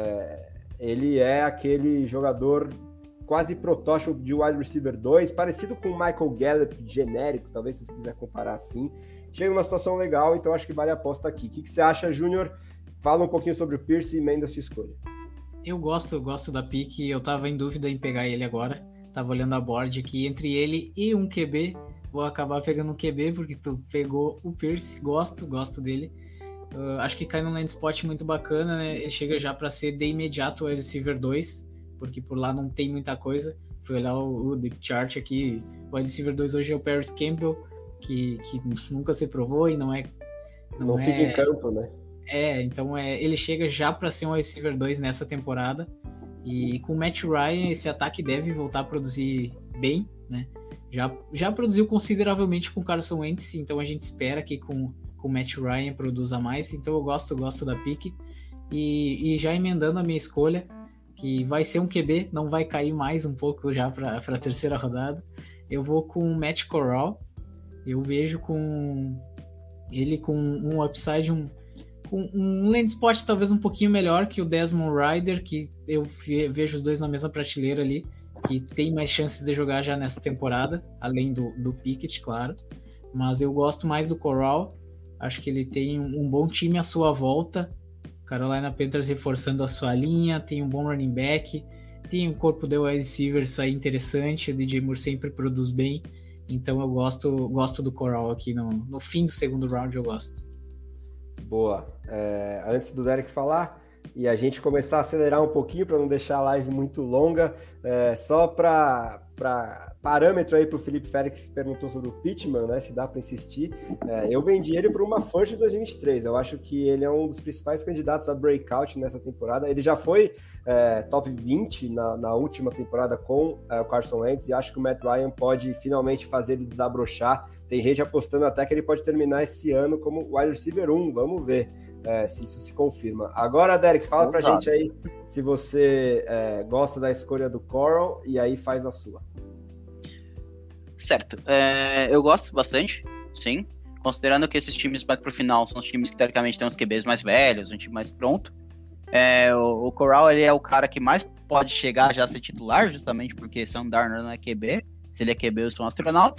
ele é aquele jogador quase protótipo de wide receiver 2, parecido com o Michael Gallup genérico, talvez se você quiser comparar assim. Chega numa situação legal, então acho que vale a aposta aqui. O que você acha, Júnior? Fala um pouquinho sobre o Pierce e emenda a sua escolha. Eu gosto da pick, eu tava em dúvida em pegar ele agora. Tava olhando a board aqui, entre ele e um QB, vou acabar pegando um QB, porque tu pegou o Pierce, gosto dele. Acho que cai num land spot muito bacana, né? Ele chega já para ser de imediato o receiver 2, porque por lá não tem muita coisa. Fui olhar o deep chart aqui, o receiver 2 hoje é o Paris Campbell, que nunca se provou e não fica em campo, né? Então ele chega já para ser um receiver 2 nessa temporada, e com o Matt Ryan esse ataque deve voltar a produzir bem, né? Já produziu consideravelmente com o Carson Wentz, então a gente espera que com o Matt Ryan produza mais, então eu gosto da pick. E já emendando a minha escolha, que vai ser um QB, não vai cair mais um pouco já para a 3ª rodada, eu vou com o Matt Corral. Eu vejo com ele com um upside, com um land spot talvez um pouquinho melhor que o Desmond Ridder, que eu vejo os dois na mesma prateleira ali, que tem mais chances de jogar já nessa temporada, além do Pickett, claro. Mas eu gosto mais do Corral. Acho que ele tem um bom time à sua volta. Carolina Panthers reforçando a sua linha, tem um bom running back, tem um corpo de wide receivers aí interessante, o DJ Moore sempre produz bem. Então eu gosto do Corral aqui no fim do 2º round, eu gosto. Boa. Antes do Derek falar, e a gente começar a acelerar um pouquinho para não deixar a live muito longa, só para parâmetro aí para o Felipe Félix, que perguntou sobre o Pittman, né, se dá para insistir, eu vendi ele por uma first de 2023, eu acho que ele é um dos principais candidatos a breakout nessa temporada, ele já foi top 20 na última temporada com o Carson Wentz, e acho que o Matt Ryan pode finalmente fazer ele desabrochar. Tem gente apostando até que ele pode terminar esse ano como wide receiver 1, vamos ver se isso se confirma. Agora, Derek, fala pra gente aí se você gosta da escolha do Corral e aí faz a sua. Certo, eu gosto bastante, sim, considerando que esses times mais pro final são os times que teoricamente têm os QBs mais velhos, um time mais pronto. O Corral, ele é o cara que mais pode chegar já a ser titular, justamente porque Sam Darnold não é QB, se ele é QB eu sou um astronauta.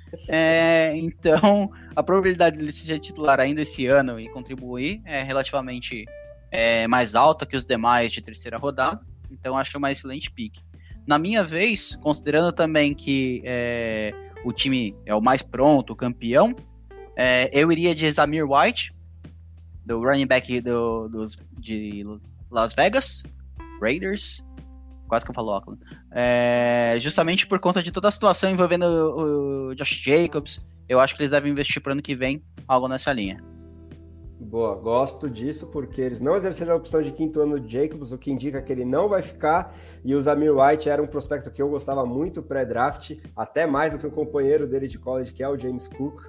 Então a probabilidade dele ser titular ainda esse ano e contribuir é relativamente mais alta que os demais de 3ª rodada, então acho uma excelente pick. Na minha vez, considerando também que o time é o mais pronto, o campeão, eu iria de Zamir White, do running back de Las Vegas Raiders, quase que eu falo Oakland, justamente por conta de toda a situação envolvendo o Josh Jacobs. Eu acho que eles devem investir para o ano que vem algo nessa linha. Boa, gosto disso, porque eles não exerceram a opção de 5º ano de Jacobs, o que indica que ele não vai ficar, e o Zamir White era um prospecto que eu gostava muito pré-draft, até mais do que o companheiro dele de college, que é o James Cook.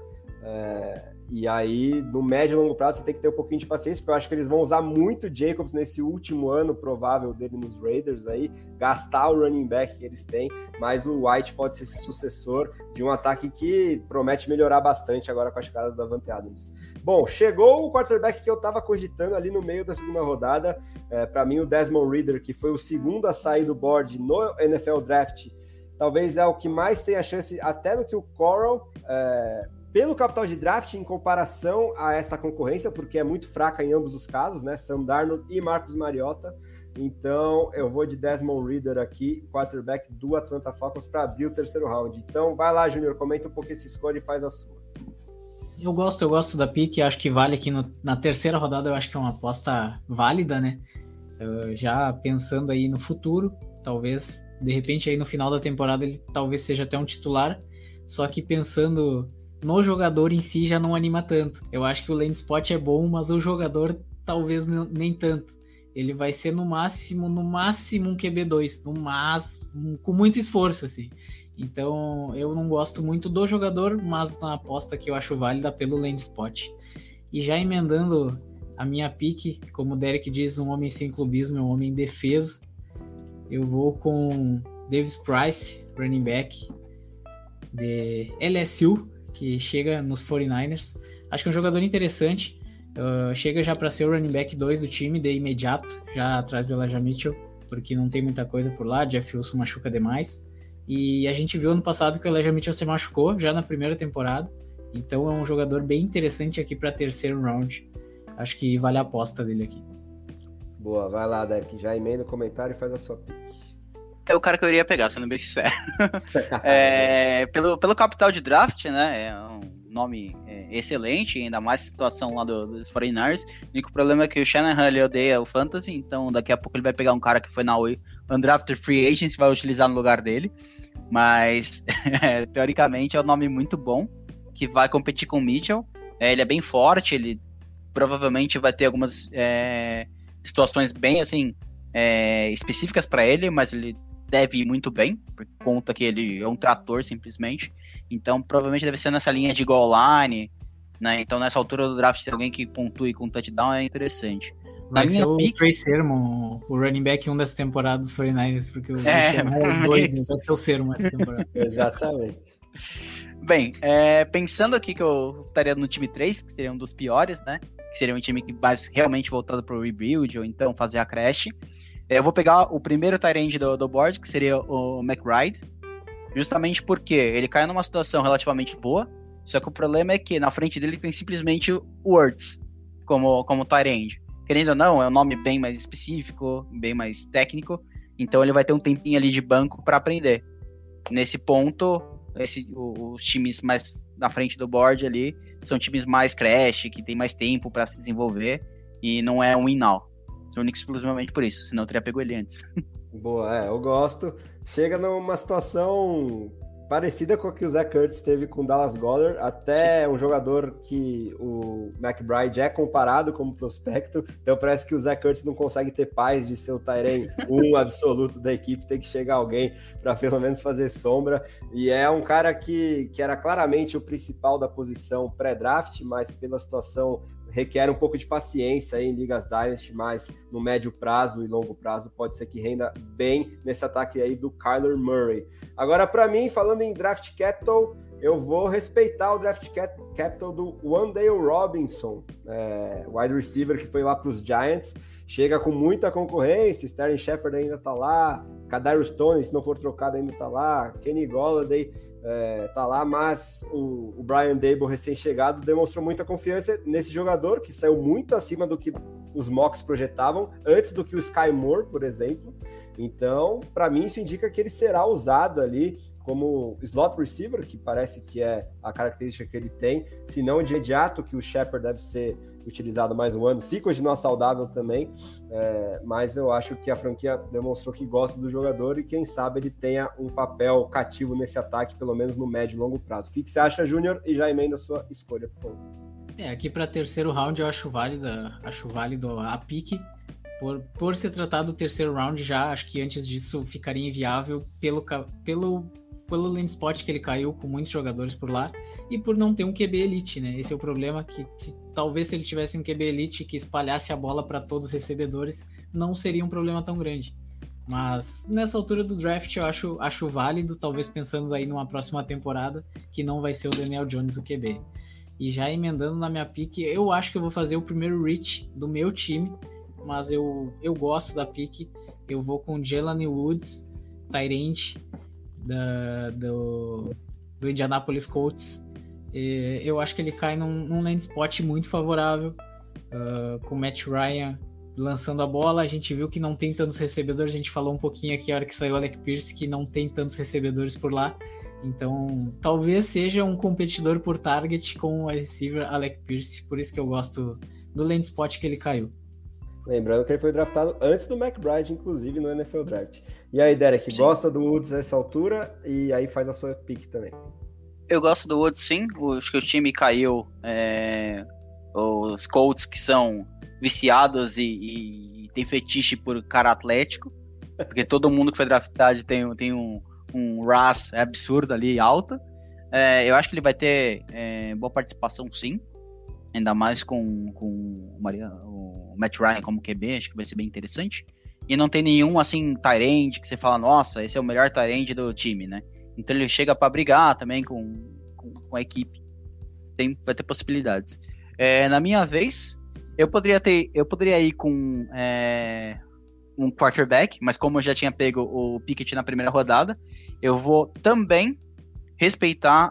E aí, no médio e longo prazo, você tem que ter um pouquinho de paciência, porque eu acho que eles vão usar muito Jacobs nesse último ano provável dele nos Raiders, aí, gastar o running back que eles têm, mas o White pode ser esse sucessor de um ataque que promete melhorar bastante agora com a chegada do Davante Adams. Bom, chegou o quarterback que eu estava cogitando ali no meio da segunda rodada, para mim o Desmond Ridder, que foi o segundo a sair do board no NFL Draft, talvez é o que mais tem a chance, até do que o Corral, pelo capital de draft em comparação a essa concorrência, porque é muito fraca em ambos os casos, né? Sam Darnold e Marcus Mariota. Então, eu vou de Desmond Ridder aqui, quarterback do Atlanta Falcons, para abrir o terceiro round. Então, vai lá, Júnior, comenta um pouco essa escolha e faz a sua. Eu gosto da pick, acho que vale aqui na terceira rodada, eu acho que é uma aposta válida, né? Já pensando aí no futuro, talvez, de repente, aí no final da temporada ele talvez seja até um titular, só que pensando no jogador em si já não anima tanto. Eu acho que o landing spot é bom, mas o jogador talvez nem tanto. Ele vai ser no máximo um QB2, no máximo, com muito esforço, assim. Então, eu não gosto muito do jogador, mas na aposta que eu acho válida pelo landing spot. E já emendando a minha pick, como o Derek diz, um homem sem clubismo, um homem indefeso, eu vou com Davis Price, running back de LSU, que chega nos 49ers. Acho que é um jogador interessante. Chega já para ser o running back 2 do time de imediato, já atrás do Elijah Mitchell, porque não tem muita coisa por lá, Jeff Wilson machuca demais. E a gente viu ano passado que o Elijah Mitchell se machucou já na primeira temporada. Então é um jogador bem interessante aqui para terceiro round. Acho que vale a aposta dele aqui. Boa, vai lá, Derek. Já emenda o comentário e faz a sua pick. É o cara que eu iria pegar, sendo bem sincero. Pelo capital de draft, né? É um nome excelente, ainda mais a situação lá dos 49ers. O único problema é que o Shanahan ele odeia o Fantasy, então daqui a pouco ele vai pegar um cara que foi na Undrafted Free Agent e vai utilizar no lugar dele. Mas, teoricamente, é um nome muito bom, que vai competir com o Mitchell. Ele é bem forte, ele provavelmente vai ter algumas situações bem, assim, específicas para ele, mas ele deve ir muito bem, por conta que ele é um trator, simplesmente. Então, provavelmente deve ser nessa linha de goal line, né? Então, nessa altura do draft, ter alguém que pontue com touchdown é interessante. Vai ser o Trey Sermon, o running back 1 dessa temporada dos 49ers, porque o é doido, vai ser o Sermon essa temporada. Exatamente. Bem, pensando aqui que eu estaria no time 3, que seria um dos piores, né? Que seria um time que mais realmente voltado para o rebuild, ou então fazer a crash. Eu vou pegar o primeiro tight end do board, que seria o McBride, justamente porque ele caiu numa situação relativamente boa, só que o problema é que na frente dele tem simplesmente o Words como tight end. Querendo ou não, é um nome bem mais específico, bem mais técnico, então ele vai ter um tempinho ali de banco para aprender. Nesse ponto, os times mais na frente do board ali são times mais crash, que tem mais tempo para se desenvolver, e não é um win-now. São únicos exclusivamente por isso, senão eu teria pego ele antes. Boa, eu gosto. Chega numa situação parecida com a que o Zach Ertz teve com o Dallas Goedert, até um jogador que o McBride é comparado como prospecto, então parece que o Zach Ertz não consegue ter paz de ser o tight end absoluto da equipe, tem que chegar alguém para pelo menos fazer sombra, e é um cara que era claramente o principal da posição pré-draft, mas pela situação requer um pouco de paciência aí em ligas Dynasty, mas no médio prazo e longo prazo pode ser que renda bem nesse ataque aí do Kyler Murray. Agora, para mim, falando em draft capital, eu vou respeitar o draft capital do Wan'Dale Robinson, wide receiver que foi lá para os Giants, chega com muita concorrência, Sterling Shepard ainda tá lá, Kadarius Toney, se não for trocado, ainda tá lá, Kenny Golladay tá lá, mas o Brian Daboll, recém-chegado, demonstrou muita confiança nesse jogador, que saiu muito acima do que os mocks projetavam, antes do que o Sky Moore, por exemplo. Então, para mim, isso indica que ele será usado ali como slot receiver, que parece que é a característica que ele tem, se não de imediato que o Shepard deve ser utilizado mais um ano, se continuar saudável também, mas eu acho que a franquia demonstrou que gosta do jogador e quem sabe ele tenha um papel cativo nesse ataque, pelo menos no médio e longo prazo. O que você acha, Júnior? E já emenda a sua escolha, por favor. Aqui para terceiro round eu acho válido a pique, por se tratar do terceiro round já, acho que antes disso ficaria inviável pelo pelo landing spot que ele caiu com muitos jogadores por lá e por não ter um QB elite, né? Esse é o problema, que talvez se ele tivesse um QB elite que espalhasse a bola para todos os recebedores, não seria um problema tão grande. Mas nessa altura do draft eu acho válido, talvez pensando aí numa próxima temporada, que não vai ser o Daniel Jones o QB. E já emendando na minha pick, eu acho que eu vou fazer o primeiro reach do meu time, mas eu gosto da pick. Eu vou com Jelani Woods, tight end do Indianapolis Colts. Eu acho que ele cai num land spot muito favorável, com o Matt Ryan lançando a bola. A gente viu que não tem tantos recebedores, a gente falou um pouquinho aqui a hora que saiu o Alec Pierce, que não tem tantos recebedores por lá, então talvez seja um competidor por target com o receiver Alec Pierce, por isso que eu gosto do land spot que ele caiu. Lembrando que ele foi draftado antes do McBride, inclusive, no NFL Draft. E aí, Derek, sim, gosta do Woods nessa altura? E aí faz a sua pick também. Eu gosto do Woods, sim. Acho que o time caiu. Os Colts, que são viciados e tem fetiche por cara atlético, porque todo mundo que foi draftado tem um RAS absurdo ali, alta. Eu acho que ele vai ter boa participação, sim. Ainda mais com o Matt Ryan como QB, acho que vai ser bem interessante. E não tem nenhum, assim, tight end que você fala, nossa, esse é o melhor tight end do time, né? Então ele chega para brigar também com a equipe. Vai ter possibilidades. Na minha vez, eu poderia ir com um quarterback, mas como eu já tinha pego o Pickett na primeira rodada, eu vou também respeitar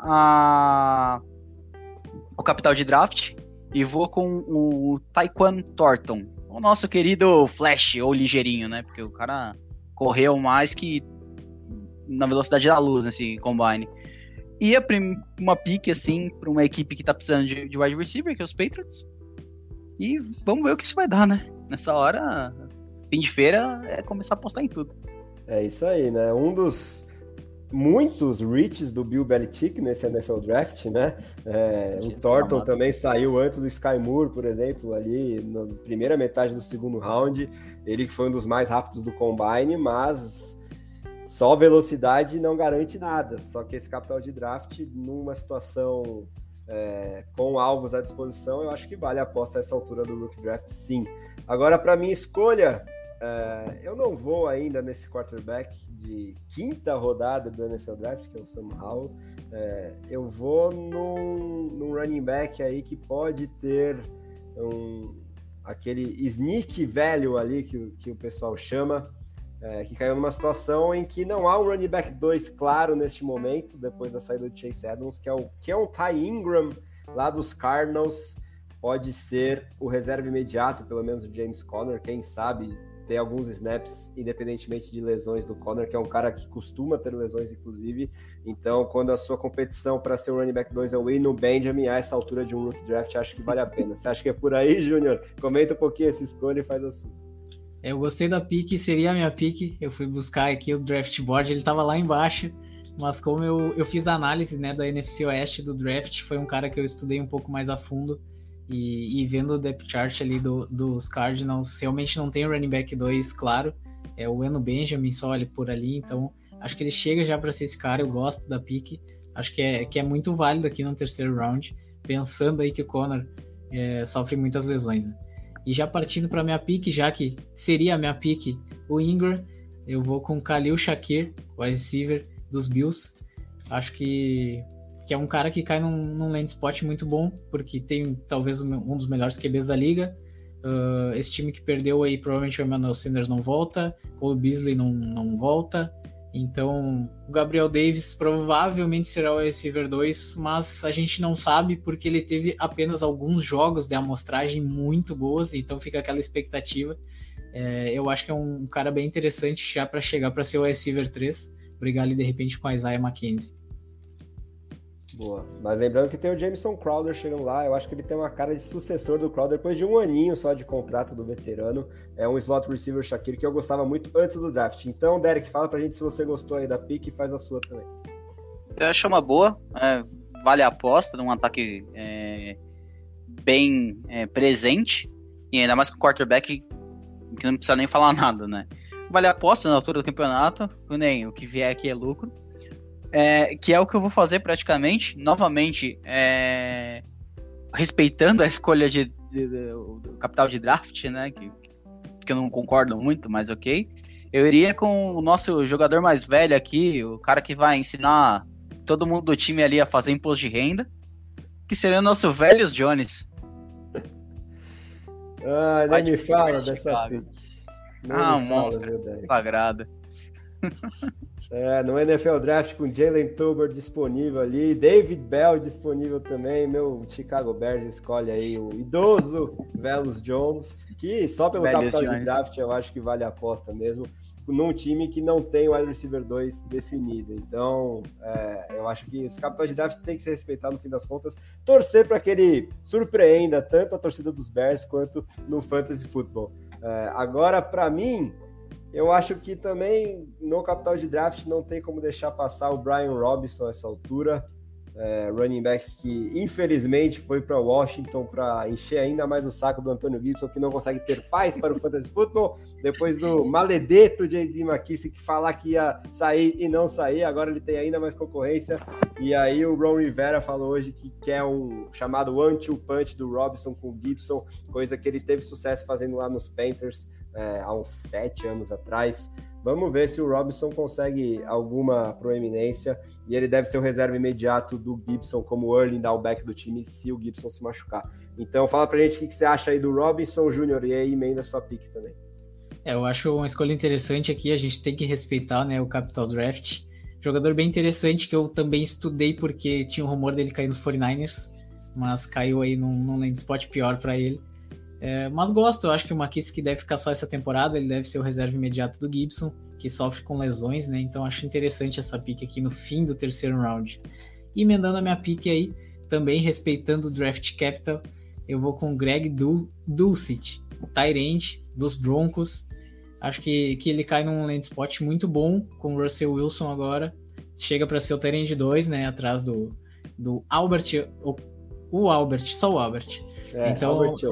o capital de draft e vou com o Tyquan Thornton, o nosso querido Flash, ou ligeirinho, né? Porque o cara correu mais que na velocidade da luz nesse combine. E uma pick, assim, para uma equipe que tá precisando de wide receiver, que é os Patriots. E vamos ver o que isso vai dar, né? Nessa hora, fim de feira, é começar a apostar em tudo. É isso aí, né? Um dos muitos reaches do Bill Belichick nesse NFL Draft, né? O Thornton também saiu antes do Sky Moore, por exemplo, ali na primeira metade do segundo round. Ele que foi um dos mais rápidos do Combine, mas só velocidade não garante nada. Só que esse capital de draft, numa situação com alvos à disposição, eu acho que vale a aposta a essa altura do Rookie Draft, sim. Agora, para minha escolha, eu não vou ainda nesse quarterback de quinta rodada do NFL Draft, que é o Sam Howell. Eu vou num running back aí que pode ter aquele sneak value ali que o pessoal chama, que caiu numa situação em que não há um running back 2 claro neste momento, depois da saída do Chase Edmonds, que é um Ty Ingram lá dos Cardinals. Pode ser o reserva imediato, pelo menos o James Conner, quem sabe ter alguns snaps, independentemente de lesões do Conner, que é um cara que costuma ter lesões, inclusive. Então, quando a sua competição para ser o running back 2 é o Eno Benjamin, a essa altura de um rookie draft, acho que vale a pena. Você acha que é por aí, Júnior? Comenta um pouquinho essa escolha e faz assim. Eu gostei da pick, seria a minha pick. Eu fui buscar aqui o draft board, ele estava lá embaixo, mas como eu fiz a análise, né, da NFC Oeste do draft, foi um cara que eu estudei um pouco mais a fundo. E vendo o depth chart ali dos Cardinals, realmente não tem o running back 2, claro. É o Eno Benjamin só ali por ali, então acho que ele chega já para ser esse cara. Eu gosto da pick, acho que é muito válido aqui no terceiro round, pensando aí que o Conner sofre muitas lesões, né? E já partindo para minha pick, já que seria a minha pick o Ingram, eu vou com Khalil Shakir, o receiver dos Bills. Acho que é um cara que cai num land spot muito bom, porque tem talvez um dos melhores QBs da liga. Esse time que perdeu aí, provavelmente o Emmanuel Sanders não volta, Cole Beasley não volta, então o Gabriel Davis provavelmente será o receiver 2, mas a gente não sabe porque ele teve apenas alguns jogos de amostragem muito boas, então fica aquela expectativa. Eu acho que é um cara bem interessante já para chegar para ser o receiver 3, brigar ali de repente com a Isaiah McKenzie. Boa, mas lembrando que tem o Jameson Crowder chegando lá, eu acho que ele tem uma cara de sucessor do Crowder depois de um aninho só de contrato do veterano. É um slot receiver Shakir que eu gostava muito antes do draft. Então, Derek, fala pra gente se você gostou aí da pick e faz a sua também. Eu acho uma boa, vale a aposta num ataque bem presente, e ainda mais com o quarterback que não precisa nem falar nada, né? Vale a aposta na altura do campeonato, nem o que vier aqui é lucro. que é o que eu vou fazer praticamente, novamente, respeitando a escolha do capital de draft, né, que eu não concordo muito, mas ok. Eu iria com o nosso jogador mais velho aqui, o cara que vai ensinar todo mundo do time ali a fazer imposto de renda, que seria o nosso Velhos Jones. Nem me fala dessa pick. Um monstro, sagrado. No NFL Draft com Jalen Tolbert disponível ali, David Bell disponível também, meu Chicago Bears escolhe aí o idoso Velus Jones, que só pelo capital de draft eu acho que vale a aposta mesmo, num time que não tem o wide receiver 2 definido. Então, eu acho que esse capital de draft tem que ser respeitado no fim das contas, torcer para que ele surpreenda tanto a torcida dos Bears quanto no Fantasy Football. Agora, para mim, eu acho que também no capital de draft não tem como deixar passar o Brian Robinson a essa altura, running back que infelizmente foi para Washington para encher ainda mais o saco do Antonio Gibson, que não consegue ter paz para o Fantasy Football, depois do maledeto J.D. McKissick falar que ia sair e não sair, agora ele tem ainda mais concorrência, e aí o Ron Rivera falou hoje que quer um chamado one-two punch do Robinson com o Gibson, coisa que ele teve sucesso fazendo lá nos Panthers, há uns 7 anos atrás. Vamos ver se o Robinson consegue alguma proeminência, e ele deve ser o reserva imediato do Gibson como early downback do time se o Gibson se machucar. Então fala pra gente o que você acha aí do Robinson Jr. e aí emenda sua pick também. Eu acho uma escolha interessante aqui, a gente tem que respeitar, né, o Capital Draft. Jogador bem interessante que eu também estudei porque tinha um rumor dele cair nos 49ers, mas caiu aí num land spot pior para ele. Mas gosto, eu acho que o McKissick deve ficar só essa temporada, ele deve ser o reserva imediato do Gibson, que sofre com lesões, né? Então acho interessante essa pick aqui no fim do terceiro round. E emendando a minha pick aí, também respeitando o draft capital, eu vou com o Greg Dulcich, o tight end dos Broncos. Acho que ele cai num land spot muito bom com o Russell Wilson agora. Chega para ser o tight end 2, né? Atrás do Albert, o Albert, só o Albert. Então,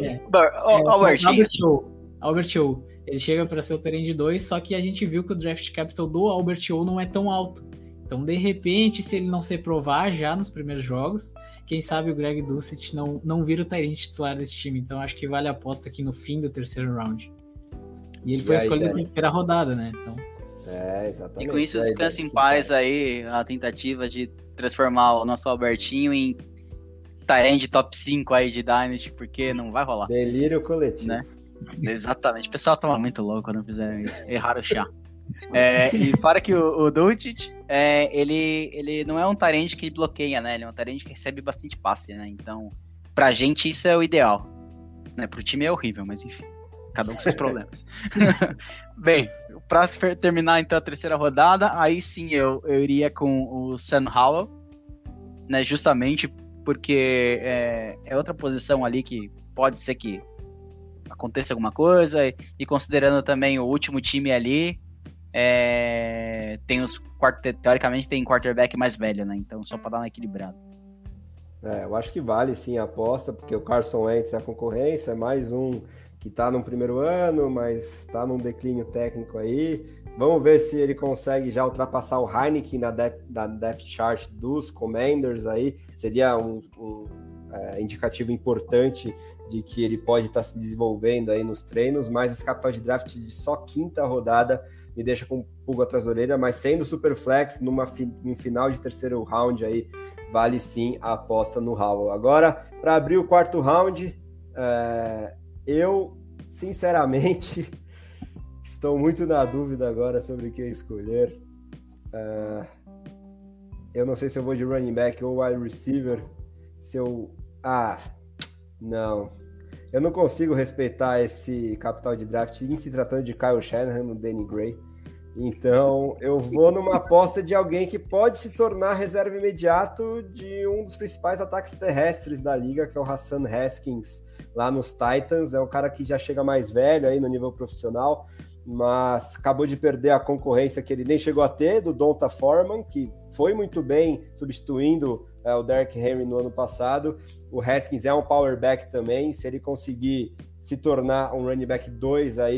Albert O. Ele chega para ser o tight end 2, só que a gente viu que o draft capital do Albert O não é tão alto. Então, de repente, se ele não se provar já nos primeiros jogos, quem sabe o Greg Dulcich não vira o tight end titular desse time. Então, acho que vale a aposta aqui no fim do terceiro round. E ele foi escolhido na terceira rodada, né? Então... exatamente. E com isso, descansa em paz aí a tentativa de transformar o nosso Albertinho em tight top 5 aí de Dynasty, porque não vai rolar. Delírio coletivo. Né? Exatamente. O pessoal tava muito louco quando fizeram isso. Erraram o chá. E para que o Dulcich, ele não é um tight end que bloqueia, né? Ele é um tight end que recebe bastante passe, né? Então, pra gente isso é o ideal. Né? Pro time é horrível, mas enfim. Cada um com seus problemas. Bem, pra terminar então a terceira rodada, aí sim eu iria com o Sam Howell, né? Justamente porque é outra posição ali que pode ser que aconteça alguma coisa, e considerando também o último time ali, teoricamente tem quarterback mais velho, né? Então só para dar uma equilibrada. Eu acho que vale sim a aposta, porque o Carson Wentz é a concorrência, é mais um que tá no primeiro ano, mas tá num declínio técnico aí. Vamos ver se ele consegue já ultrapassar o Heineken na depth chart dos Commanders aí. Seria um indicativo importante de que ele pode estar se desenvolvendo aí nos treinos, mas esse capital de draft de só quinta rodada me deixa com um pulga atrás da orelha, mas sendo super flex, num final de terceiro round aí, vale sim a aposta no Howell. Agora, para abrir o quarto round, eu, sinceramente... Estou muito na dúvida agora sobre quem escolher. Eu não sei se eu vou de running back ou wide receiver. Não. Eu não consigo respeitar esse capital de draft em se tratando de Kyle Shanahan no Danny Gray. Então, eu vou numa aposta de alguém que pode se tornar reserva imediato de um dos principais ataques terrestres da liga, que é o Hassan Haskins, lá nos Titans. É um cara que já chega mais velho aí no nível profissional, mas acabou de perder a concorrência que ele nem chegou a ter, do Donta Foreman, que foi muito bem substituindo o Derrick Henry no ano passado. O Haskins é um power back também, se ele conseguir se tornar um running back 2 aí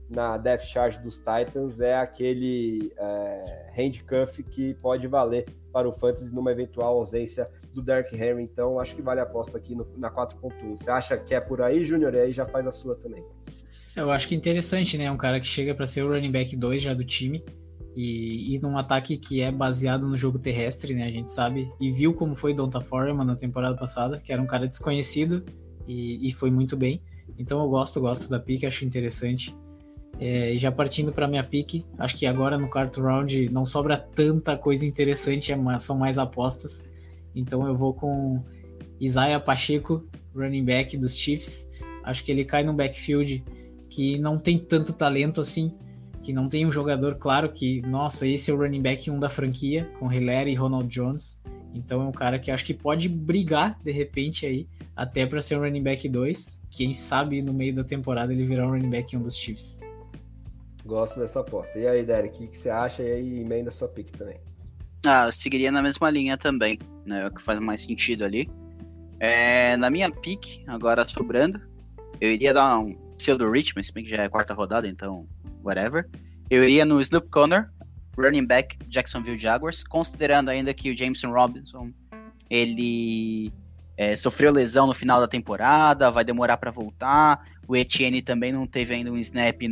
na depth chart dos Titans é aquele handcuff que pode valer para o Fantasy numa eventual ausência do Derrick Henry. Então, acho que vale a aposta aqui na 4.1. Você acha que é por aí, Júnior? E aí já faz a sua também. Eu acho que é interessante, né? Um cara que chega para ser o running back 2 já do time e num ataque que é baseado no jogo terrestre, né? A gente sabe e viu como foi Donta Foreman na temporada passada, que era um cara desconhecido e foi muito bem. Então eu gosto da pick, acho interessante. E já partindo para minha pick, acho que agora no quarto round não sobra tanta coisa interessante, são mais apostas. Então eu vou com Isaiah Pacheco, running back dos Chiefs. Acho que ele cai num backfield que não tem tanto talento assim, que não tem um jogador claro que, nossa, esse é o running back 1 da franquia, com Hilaire e Ronald Jones. Então é um cara que acho que pode brigar, de repente, aí, até para ser um running back 2. Quem sabe no meio da temporada ele virar um running back 1 dos Chiefs. Gosto dessa aposta. E aí, Derek, o que você acha? E aí, emenda sua pick também. Eu seguiria na mesma linha também, né? O que faz mais sentido ali. Na minha pick, agora sobrando, eu iria dar um pseudo reach, mas se bem que já é a quarta rodada, então whatever. Eu iria no Snoop Conner, running back Jacksonville Jaguars, considerando ainda que o Jameson Robinson, ele sofreu lesão no final da temporada, vai demorar para voltar. O Etienne também não teve ainda um snap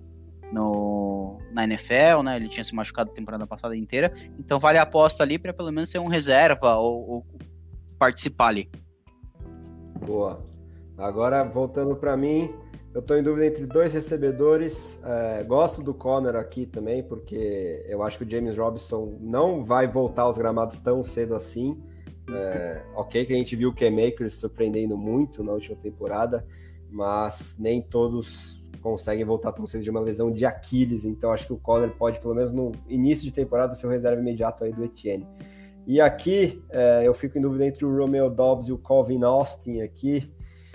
na NFL, né? Ele tinha se machucado a temporada passada inteira. Então vale a aposta ali para pelo menos ser um reserva ou participar ali. Boa. Agora, voltando para mim, eu estou em dúvida entre dois recebedores. Gosto do Conner aqui também, porque eu acho que o James Robinson não vai voltar aos gramados tão cedo assim. Ok que a gente viu o Cam Akers surpreendendo muito na última temporada, mas nem todos conseguem voltar tão cedo de uma lesão de Aquiles, então acho que o Conner pode, pelo menos no início de temporada, ser o reserva imediato aí do Etienne. E aqui, eu fico em dúvida entre o Romeo Doubs e o Calvin Austin aqui,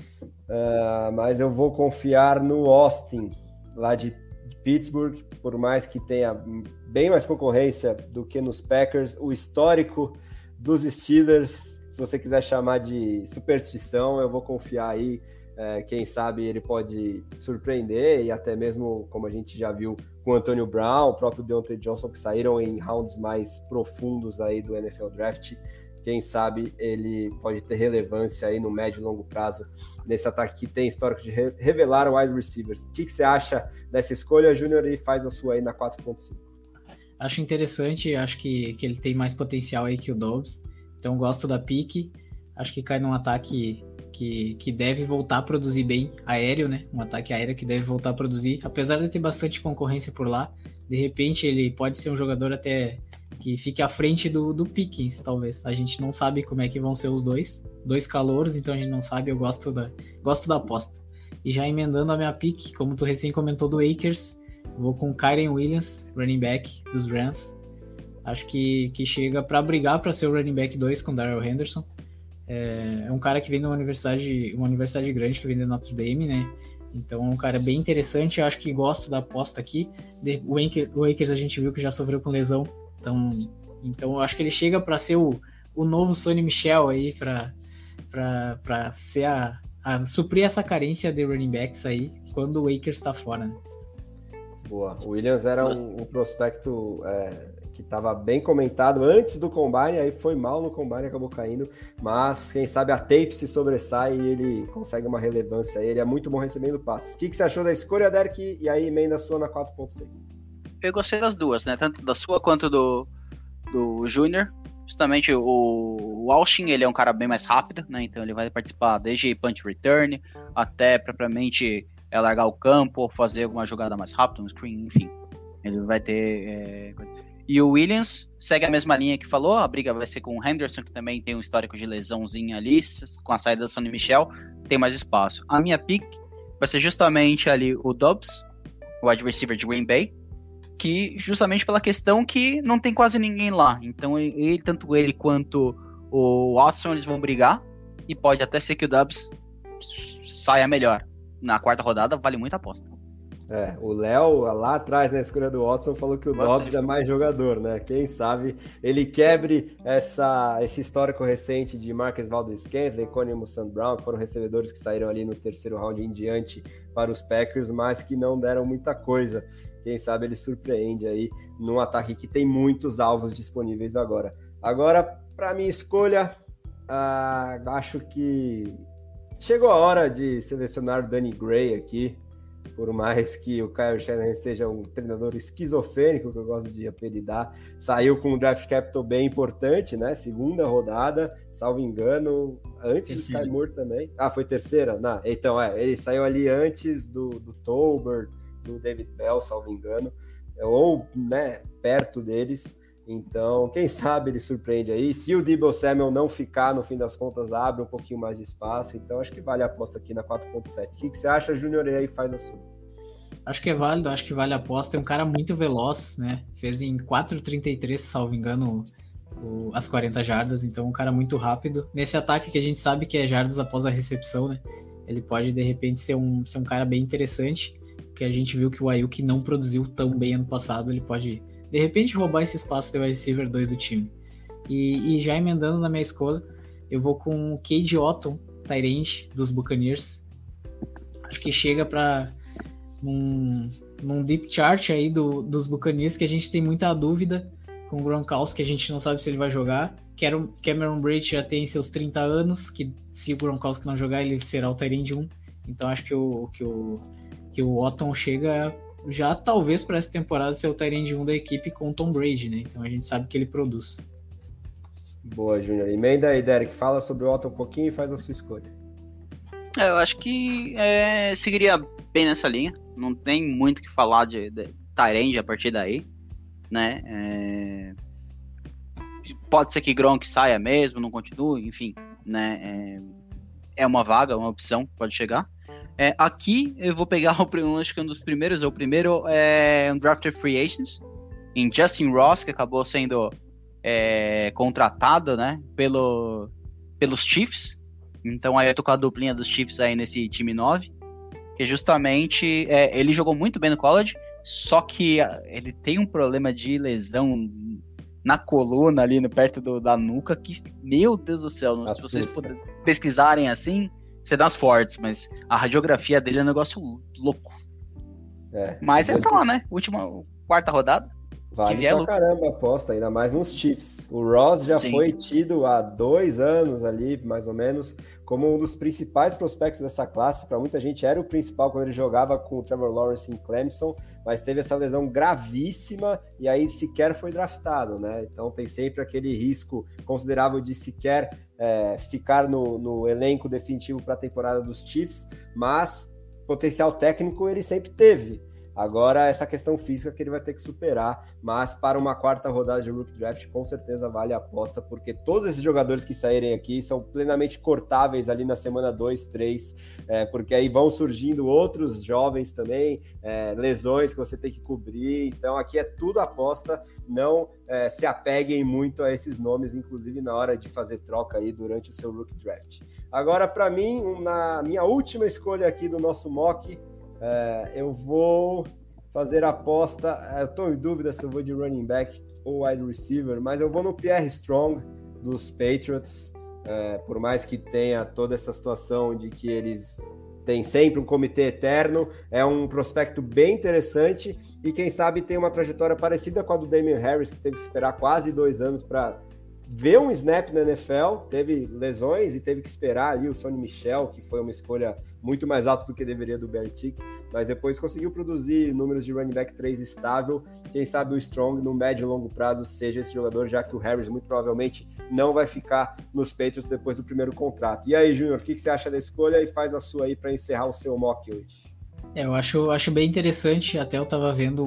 mas eu vou confiar no Austin, lá de Pittsburgh, por mais que tenha bem mais concorrência do que nos Packers. O histórico dos Steelers, se você quiser chamar de superstição, eu vou confiar aí. Quem sabe ele pode surpreender, e até mesmo, como a gente já viu com o Antonio Brown, o próprio Deontay Johnson, que saíram em rounds mais profundos aí do NFL Draft. Quem sabe ele pode ter relevância aí no médio e longo prazo nesse ataque que tem histórico de revelar wide receivers. O que você acha dessa escolha, Júnior, e faz a sua aí na 4.5? Acho interessante, acho que ele tem mais potencial aí que o Dobbs, então gosto da pick. Acho que cai num ataque que deve voltar a produzir bem aéreo, né? Um ataque aéreo que deve voltar a produzir, apesar de ter bastante concorrência por lá. De repente ele pode ser um jogador até que fique à frente do Pickens, talvez. A gente não sabe como é que vão ser os dois calouros, então a gente não sabe. Eu gosto da aposta. E já emendando a minha pick, como tu recém comentou do Akers, vou com Kyren Williams, running back dos Rams. Acho que chega para brigar para ser o running back 2 com Darrell Henderson. É um cara que vem de uma universidade grande, que vem de Notre Dame, né? Então é um cara bem interessante. Eu acho que gosto da aposta aqui. O Akers a gente viu que já sofreu com lesão. Então eu acho que ele chega para ser o novo Sonny Michel aí, para ser a suprir essa carência de running backs aí quando o Akers está fora, né? Boa. O Williams era um prospecto que estava bem comentado antes do Combine, aí foi mal no Combine, acabou caindo, mas quem sabe a tape se sobressai e ele consegue uma relevância. Ele é muito bom recebendo passes. O que você achou da escolha, Derek? E aí, emenda a sua na 4.6. Eu gostei das duas, né? Tanto da sua quanto do Júnior. Justamente o Austin, ele é um cara bem mais rápido, né? Então ele vai participar desde punch return até propriamente largar o campo ou fazer alguma jogada mais rápida, um screen, enfim. Ele vai ter... E o Williams segue a mesma linha que falou, a briga vai ser com o Henderson, que também tem um histórico de lesãozinha ali, com a saída do Sonny Michel, tem mais espaço. A minha pick vai ser justamente ali o Dobbs, o wide receiver de Green Bay, que justamente pela questão que não tem quase ninguém lá. Então tanto ele quanto o Watson, eles vão brigar, e pode até ser que o Dobbs saia melhor. Na quarta rodada, vale muito a aposta. O Léo, lá atrás na escolha do Watson, falou que o Dobbs é mais jogador, né? Quem sabe ele quebre esse histórico recente de Marquez Valdes-Scantling, Equanimeous St. Brown, que foram recebedores que saíram ali no terceiro round em diante para os Packers, mas que não deram muita coisa. Quem sabe ele surpreende aí num ataque que tem muitos alvos disponíveis agora. Agora, para minha escolha, acho que chegou a hora de selecionar o Danny Gray aqui. Por mais que o Kyle Shanahan seja um treinador esquizofrênico, que eu gosto de apelidar, saiu com um draft capital bem importante, né? Segunda rodada, salvo engano, antes do Sky Moore também. Foi terceira? Não, então, ele saiu ali antes do Tolbert, do David Bell, salvo engano, ou, né, perto deles. Então, quem sabe ele surpreende aí. Se o Deebo Samuel não ficar, no fim das contas, abre um pouquinho mais de espaço. Então, acho que vale a aposta aqui na 4.7. O que você acha, Júnior? E aí faz a sua. Acho que é válido, acho que vale a aposta. É um cara muito veloz, né? Fez em 4.33, salvo engano, as 40 jardas. Então, um cara muito rápido. Nesse ataque que a gente sabe que é jardas após a recepção, né? Ele pode, de repente, ser um cara bem interessante. Porque a gente viu que o Ayuk não produziu tão bem ano passado. Ele pode, de repente, roubar esse espaço do wide receiver 2 do time. E já emendando na minha escolha, eu vou com o Cade Otton, tight end dos Buccaneers. Acho que chega para num deep chart aí dos Buccaneers, que a gente tem muita dúvida com o Gronkowski, que a gente não sabe se ele vai jogar. Cameron Brate já tem seus 30 anos, que se o Gronkowski não jogar, ele será o tight end 1. Então acho que o Otton chega já talvez para essa temporada ser o tight end 1 da equipe com o Tom Brady, né? Então a gente sabe que ele produz. Boa, Júnior. Emenda aí, Derek. Fala sobre o Otton um pouquinho e faz a sua escolha. Eu acho que seguiria bem nessa linha. Não tem muito o que falar de tight end a partir daí, né? Pode ser que Gronk saia mesmo, não continue, enfim, né? É uma vaga, uma opção, pode chegar. Aqui eu vou pegar acho que um dos primeiros, o primeiro é um drafted free agents, em Justin Ross, que acabou sendo contratado, né, pelos Chiefs. Então aí eu tô com a duplinha dos Chiefs aí nesse time 9, que justamente ele jogou muito bem no college, só que ele tem um problema de lesão na coluna ali, perto da nuca, que, meu Deus do céu, se vocês pesquisarem assim, você dá as fortes, mas a radiografia dele é um negócio louco. Mas tá lá, né? Quarta rodada. Vale pra caramba a aposta, ainda mais nos Chiefs. O Ross já foi tido há 2 anos ali, mais ou menos, como um dos principais prospectos dessa classe. Para muita gente era o principal quando ele jogava com o Trevor Lawrence em Clemson, mas teve essa lesão gravíssima e aí sequer foi draftado, né? Então tem sempre aquele risco considerável de sequer ficar no elenco definitivo para a temporada dos Chiefs, mas potencial técnico ele sempre teve. Agora, essa questão física que ele vai ter que superar, mas para uma quarta rodada de Rookie Draft, com certeza vale a aposta, porque todos esses jogadores que saírem aqui são plenamente cortáveis ali na semana 2, 3, porque aí vão surgindo outros jovens também, lesões que você tem que cobrir, então aqui é tudo aposta, não se apeguem muito a esses nomes, inclusive na hora de fazer troca aí durante o seu Rookie Draft. Agora, para mim, na minha última escolha aqui do nosso mock, eu vou fazer a aposta, eu estou em dúvida se eu vou de running back ou wide receiver, mas eu vou no Pierre Strong dos Patriots, por mais que tenha toda essa situação de que eles têm sempre um comitê eterno, é um prospecto bem interessante e quem sabe tem uma trajetória parecida com a do Damien Harris, que teve que esperar quase 2 anos para ver um snap na NFL, teve lesões e teve que esperar ali o Sonny Michel, que foi uma escolha muito mais alta do que deveria do Belichick, mas depois conseguiu produzir números de running back 3 estável. Quem sabe o Strong no médio e longo prazo seja esse jogador, já que o Harris muito provavelmente não vai ficar nos Patriots depois do primeiro contrato. E aí, Júnior, o que você acha da escolha e faz a sua aí para encerrar o seu mock hoje? Eu acho bem interessante, até eu tava vendo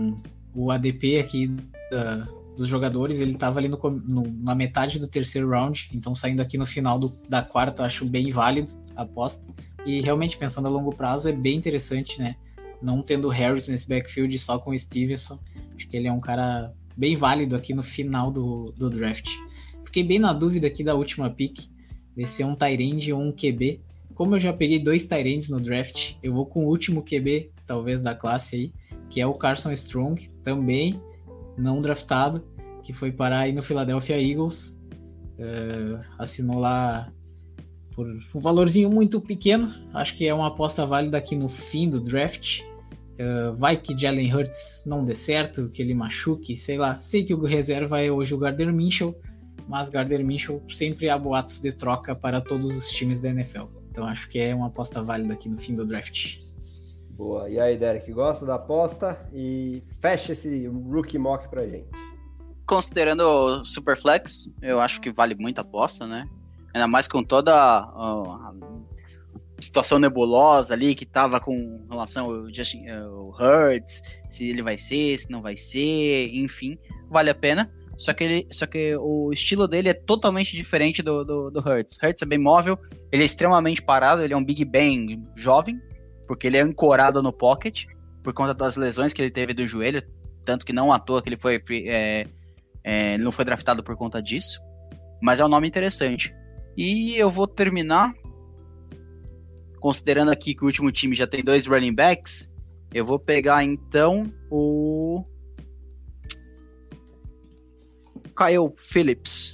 o ADP aqui dos jogadores, ele estava ali na metade do terceiro round, então saindo aqui no final da quarta, eu acho bem válido a aposta, e realmente pensando a longo prazo é bem interessante, né, não tendo o Harris nesse backfield, só com o Stevenson, acho que ele é um cara bem válido aqui no final do draft. Fiquei bem na dúvida aqui da última pick, de ser um tight end ou um QB. Como eu já peguei 2 tight ends no draft, eu vou com o último QB, talvez, da classe aí, que é o Carson Strong, também não draftado, que foi parar aí no Philadelphia Eagles. Assinou lá por um valorzinho muito pequeno. Acho que é uma aposta válida aqui no fim do draft. Vai que Jalen Hurts não dê certo, que ele machuque, sei lá. Sei que o reserva é hoje o Gardner Minshew, mas Gardner Minshew sempre há boatos de troca para todos os times da NFL. Então acho que é uma aposta válida aqui no fim do draft. Boa. E aí, Derek, gosta da aposta? E fecha esse rookie mock pra gente. Considerando o Superflex, eu acho que vale muito a aposta, né? Ainda mais com toda a situação nebulosa ali que tava com relação ao Hurts, se ele vai ser, se não vai ser, enfim, vale a pena. Só que o estilo dele é totalmente diferente do Hurts. Hurts é bem móvel, ele é extremamente parado, ele é um Big Ben jovem, porque ele é ancorado no pocket, por conta das lesões que ele teve do joelho, tanto que não à toa que ele foi ele não foi draftado por conta disso, mas é um nome interessante. E eu vou terminar considerando aqui que o último time já tem 2 running backs, eu vou pegar então o Kyle Phillips.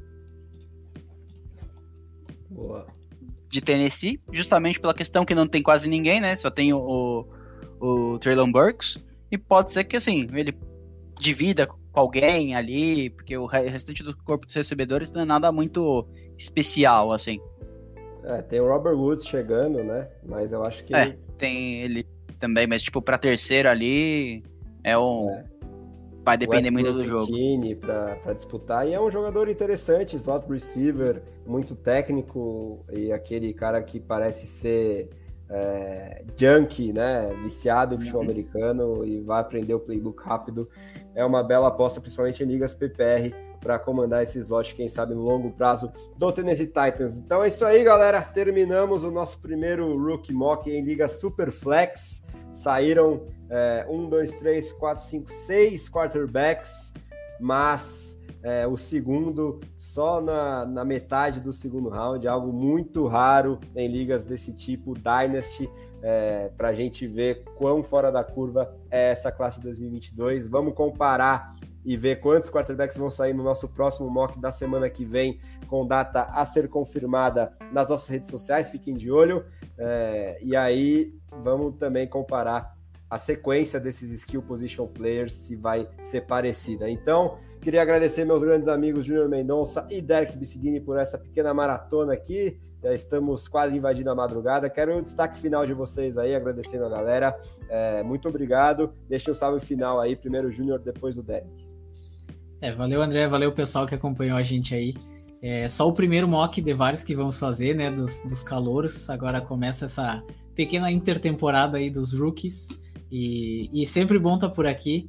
Boa. De Tennessee, justamente pela questão que não tem quase ninguém, né? Só tem o Treylon Burks, e pode ser que assim, ele divida com alguém ali, porque o restante do corpo dos recebedores não é nada muito especial, assim. Tem o Robert Woods chegando, né? Mas eu acho que... tem ele também, mas tipo, pra terceiro ali, vai depender muito do jogo. Pra disputar, e é um jogador interessante, slot receiver, muito técnico, e aquele cara que parece ser junkie, né? Viciado em futebol americano e vai aprender o playbook rápido. É uma bela aposta, principalmente em ligas PPR, para comandar esse slot, quem sabe, no longo prazo do Tennessee Titans. Então é isso aí, galera. Terminamos o nosso primeiro Rookie Mock em Liga Superflex. Saíram 1, 2, 3, 4, 5, 6 quarterbacks, mas o segundo só na metade do segundo round, algo muito raro em ligas desse tipo, Dynasty, para a gente ver quão fora da curva é essa classe de 2022. Vamos comparar e ver quantos quarterbacks vão sair no nosso próximo mock da semana que vem, com data a ser confirmada nas nossas redes sociais, fiquem de olho. E aí vamos também comparar a sequência desses skill position players, se vai ser parecida. Então, queria agradecer meus grandes amigos Júnior Mendonça e Derek Bissigini por essa pequena maratona aqui. Já estamos quase invadindo a madrugada. Quero o destaque final de vocês aí, agradecendo a galera. Muito obrigado. Deixa o salve final aí, primeiro o Júnior, depois o Derek. Valeu, André, valeu o pessoal que acompanhou a gente aí. Só o primeiro mock de vários que vamos fazer, né, dos calouros. Agora começa essa pequena intertemporada aí dos rookies. E sempre bom estar por aqui.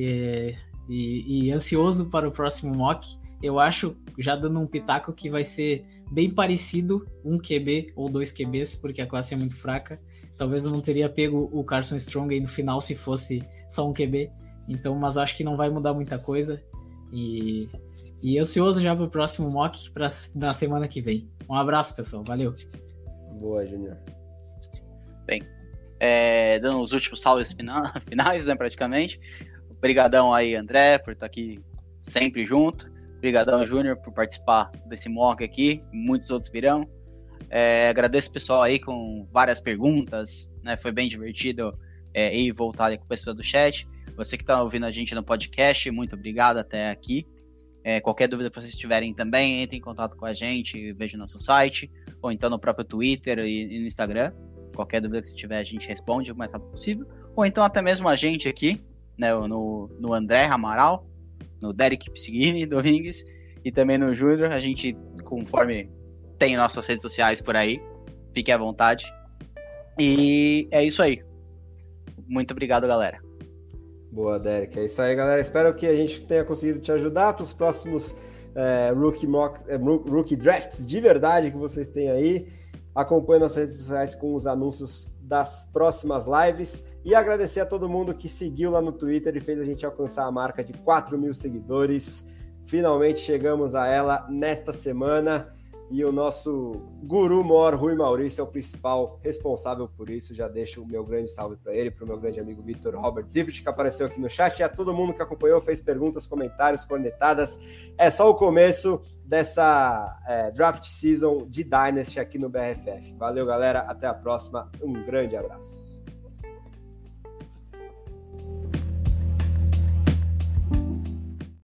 E ansioso para o próximo mock. Eu acho, já dando um pitaco, que vai ser bem parecido, um QB ou 2 QBs, porque a classe é muito fraca. Talvez eu não teria pego o Carson Strong aí no final se fosse só um QB. Então, mas acho que não vai mudar muita coisa. E ansioso já para o próximo mock na semana que vem. Um abraço, pessoal. Valeu. Boa, Júnior. Bem, dando os últimos salves finais, né, praticamente. Obrigadão aí, André, por estar aqui sempre junto. Obrigadão, Júnior, por participar desse mock aqui. Muitos outros virão. Agradeço o pessoal aí com várias perguntas, né? Foi bem divertido ir e voltar ali com o pessoal do chat. Você que está ouvindo a gente no podcast, muito obrigado até aqui. Qualquer dúvida que vocês tiverem também, entre em contato com a gente, veja o nosso site, ou então no próprio Twitter e no Instagram. Qualquer dúvida que você tiver, a gente responde o mais rápido possível. Ou então até mesmo a gente aqui, né, no André Amaral, no Derek Piscini Domingues e também no Júnior. A gente, conforme tem nossas redes sociais por aí, fique à vontade. E é isso aí. Muito obrigado, galera. Boa, Derek. É isso aí, galera. Espero que a gente tenha conseguido te ajudar para os próximos rookie drafts de verdade que vocês têm aí. Acompanhe nossas redes sociais com os anúncios das próximas lives. E agradecer a todo mundo que seguiu lá no Twitter e fez a gente alcançar a marca de 4.000 seguidores. Finalmente chegamos a ela nesta semana. e o nosso guru mor, Rui Maurício, é o principal responsável por isso. Já deixo o meu grande salve para ele, para o meu grande amigo Vitor Robert Zifrit, que apareceu aqui no chat, e a todo mundo que acompanhou, fez perguntas, comentários, cornetadas. É só o começo dessa draft season de Dynasty aqui no BRFF. Valeu, galera. Até a próxima. Um grande abraço.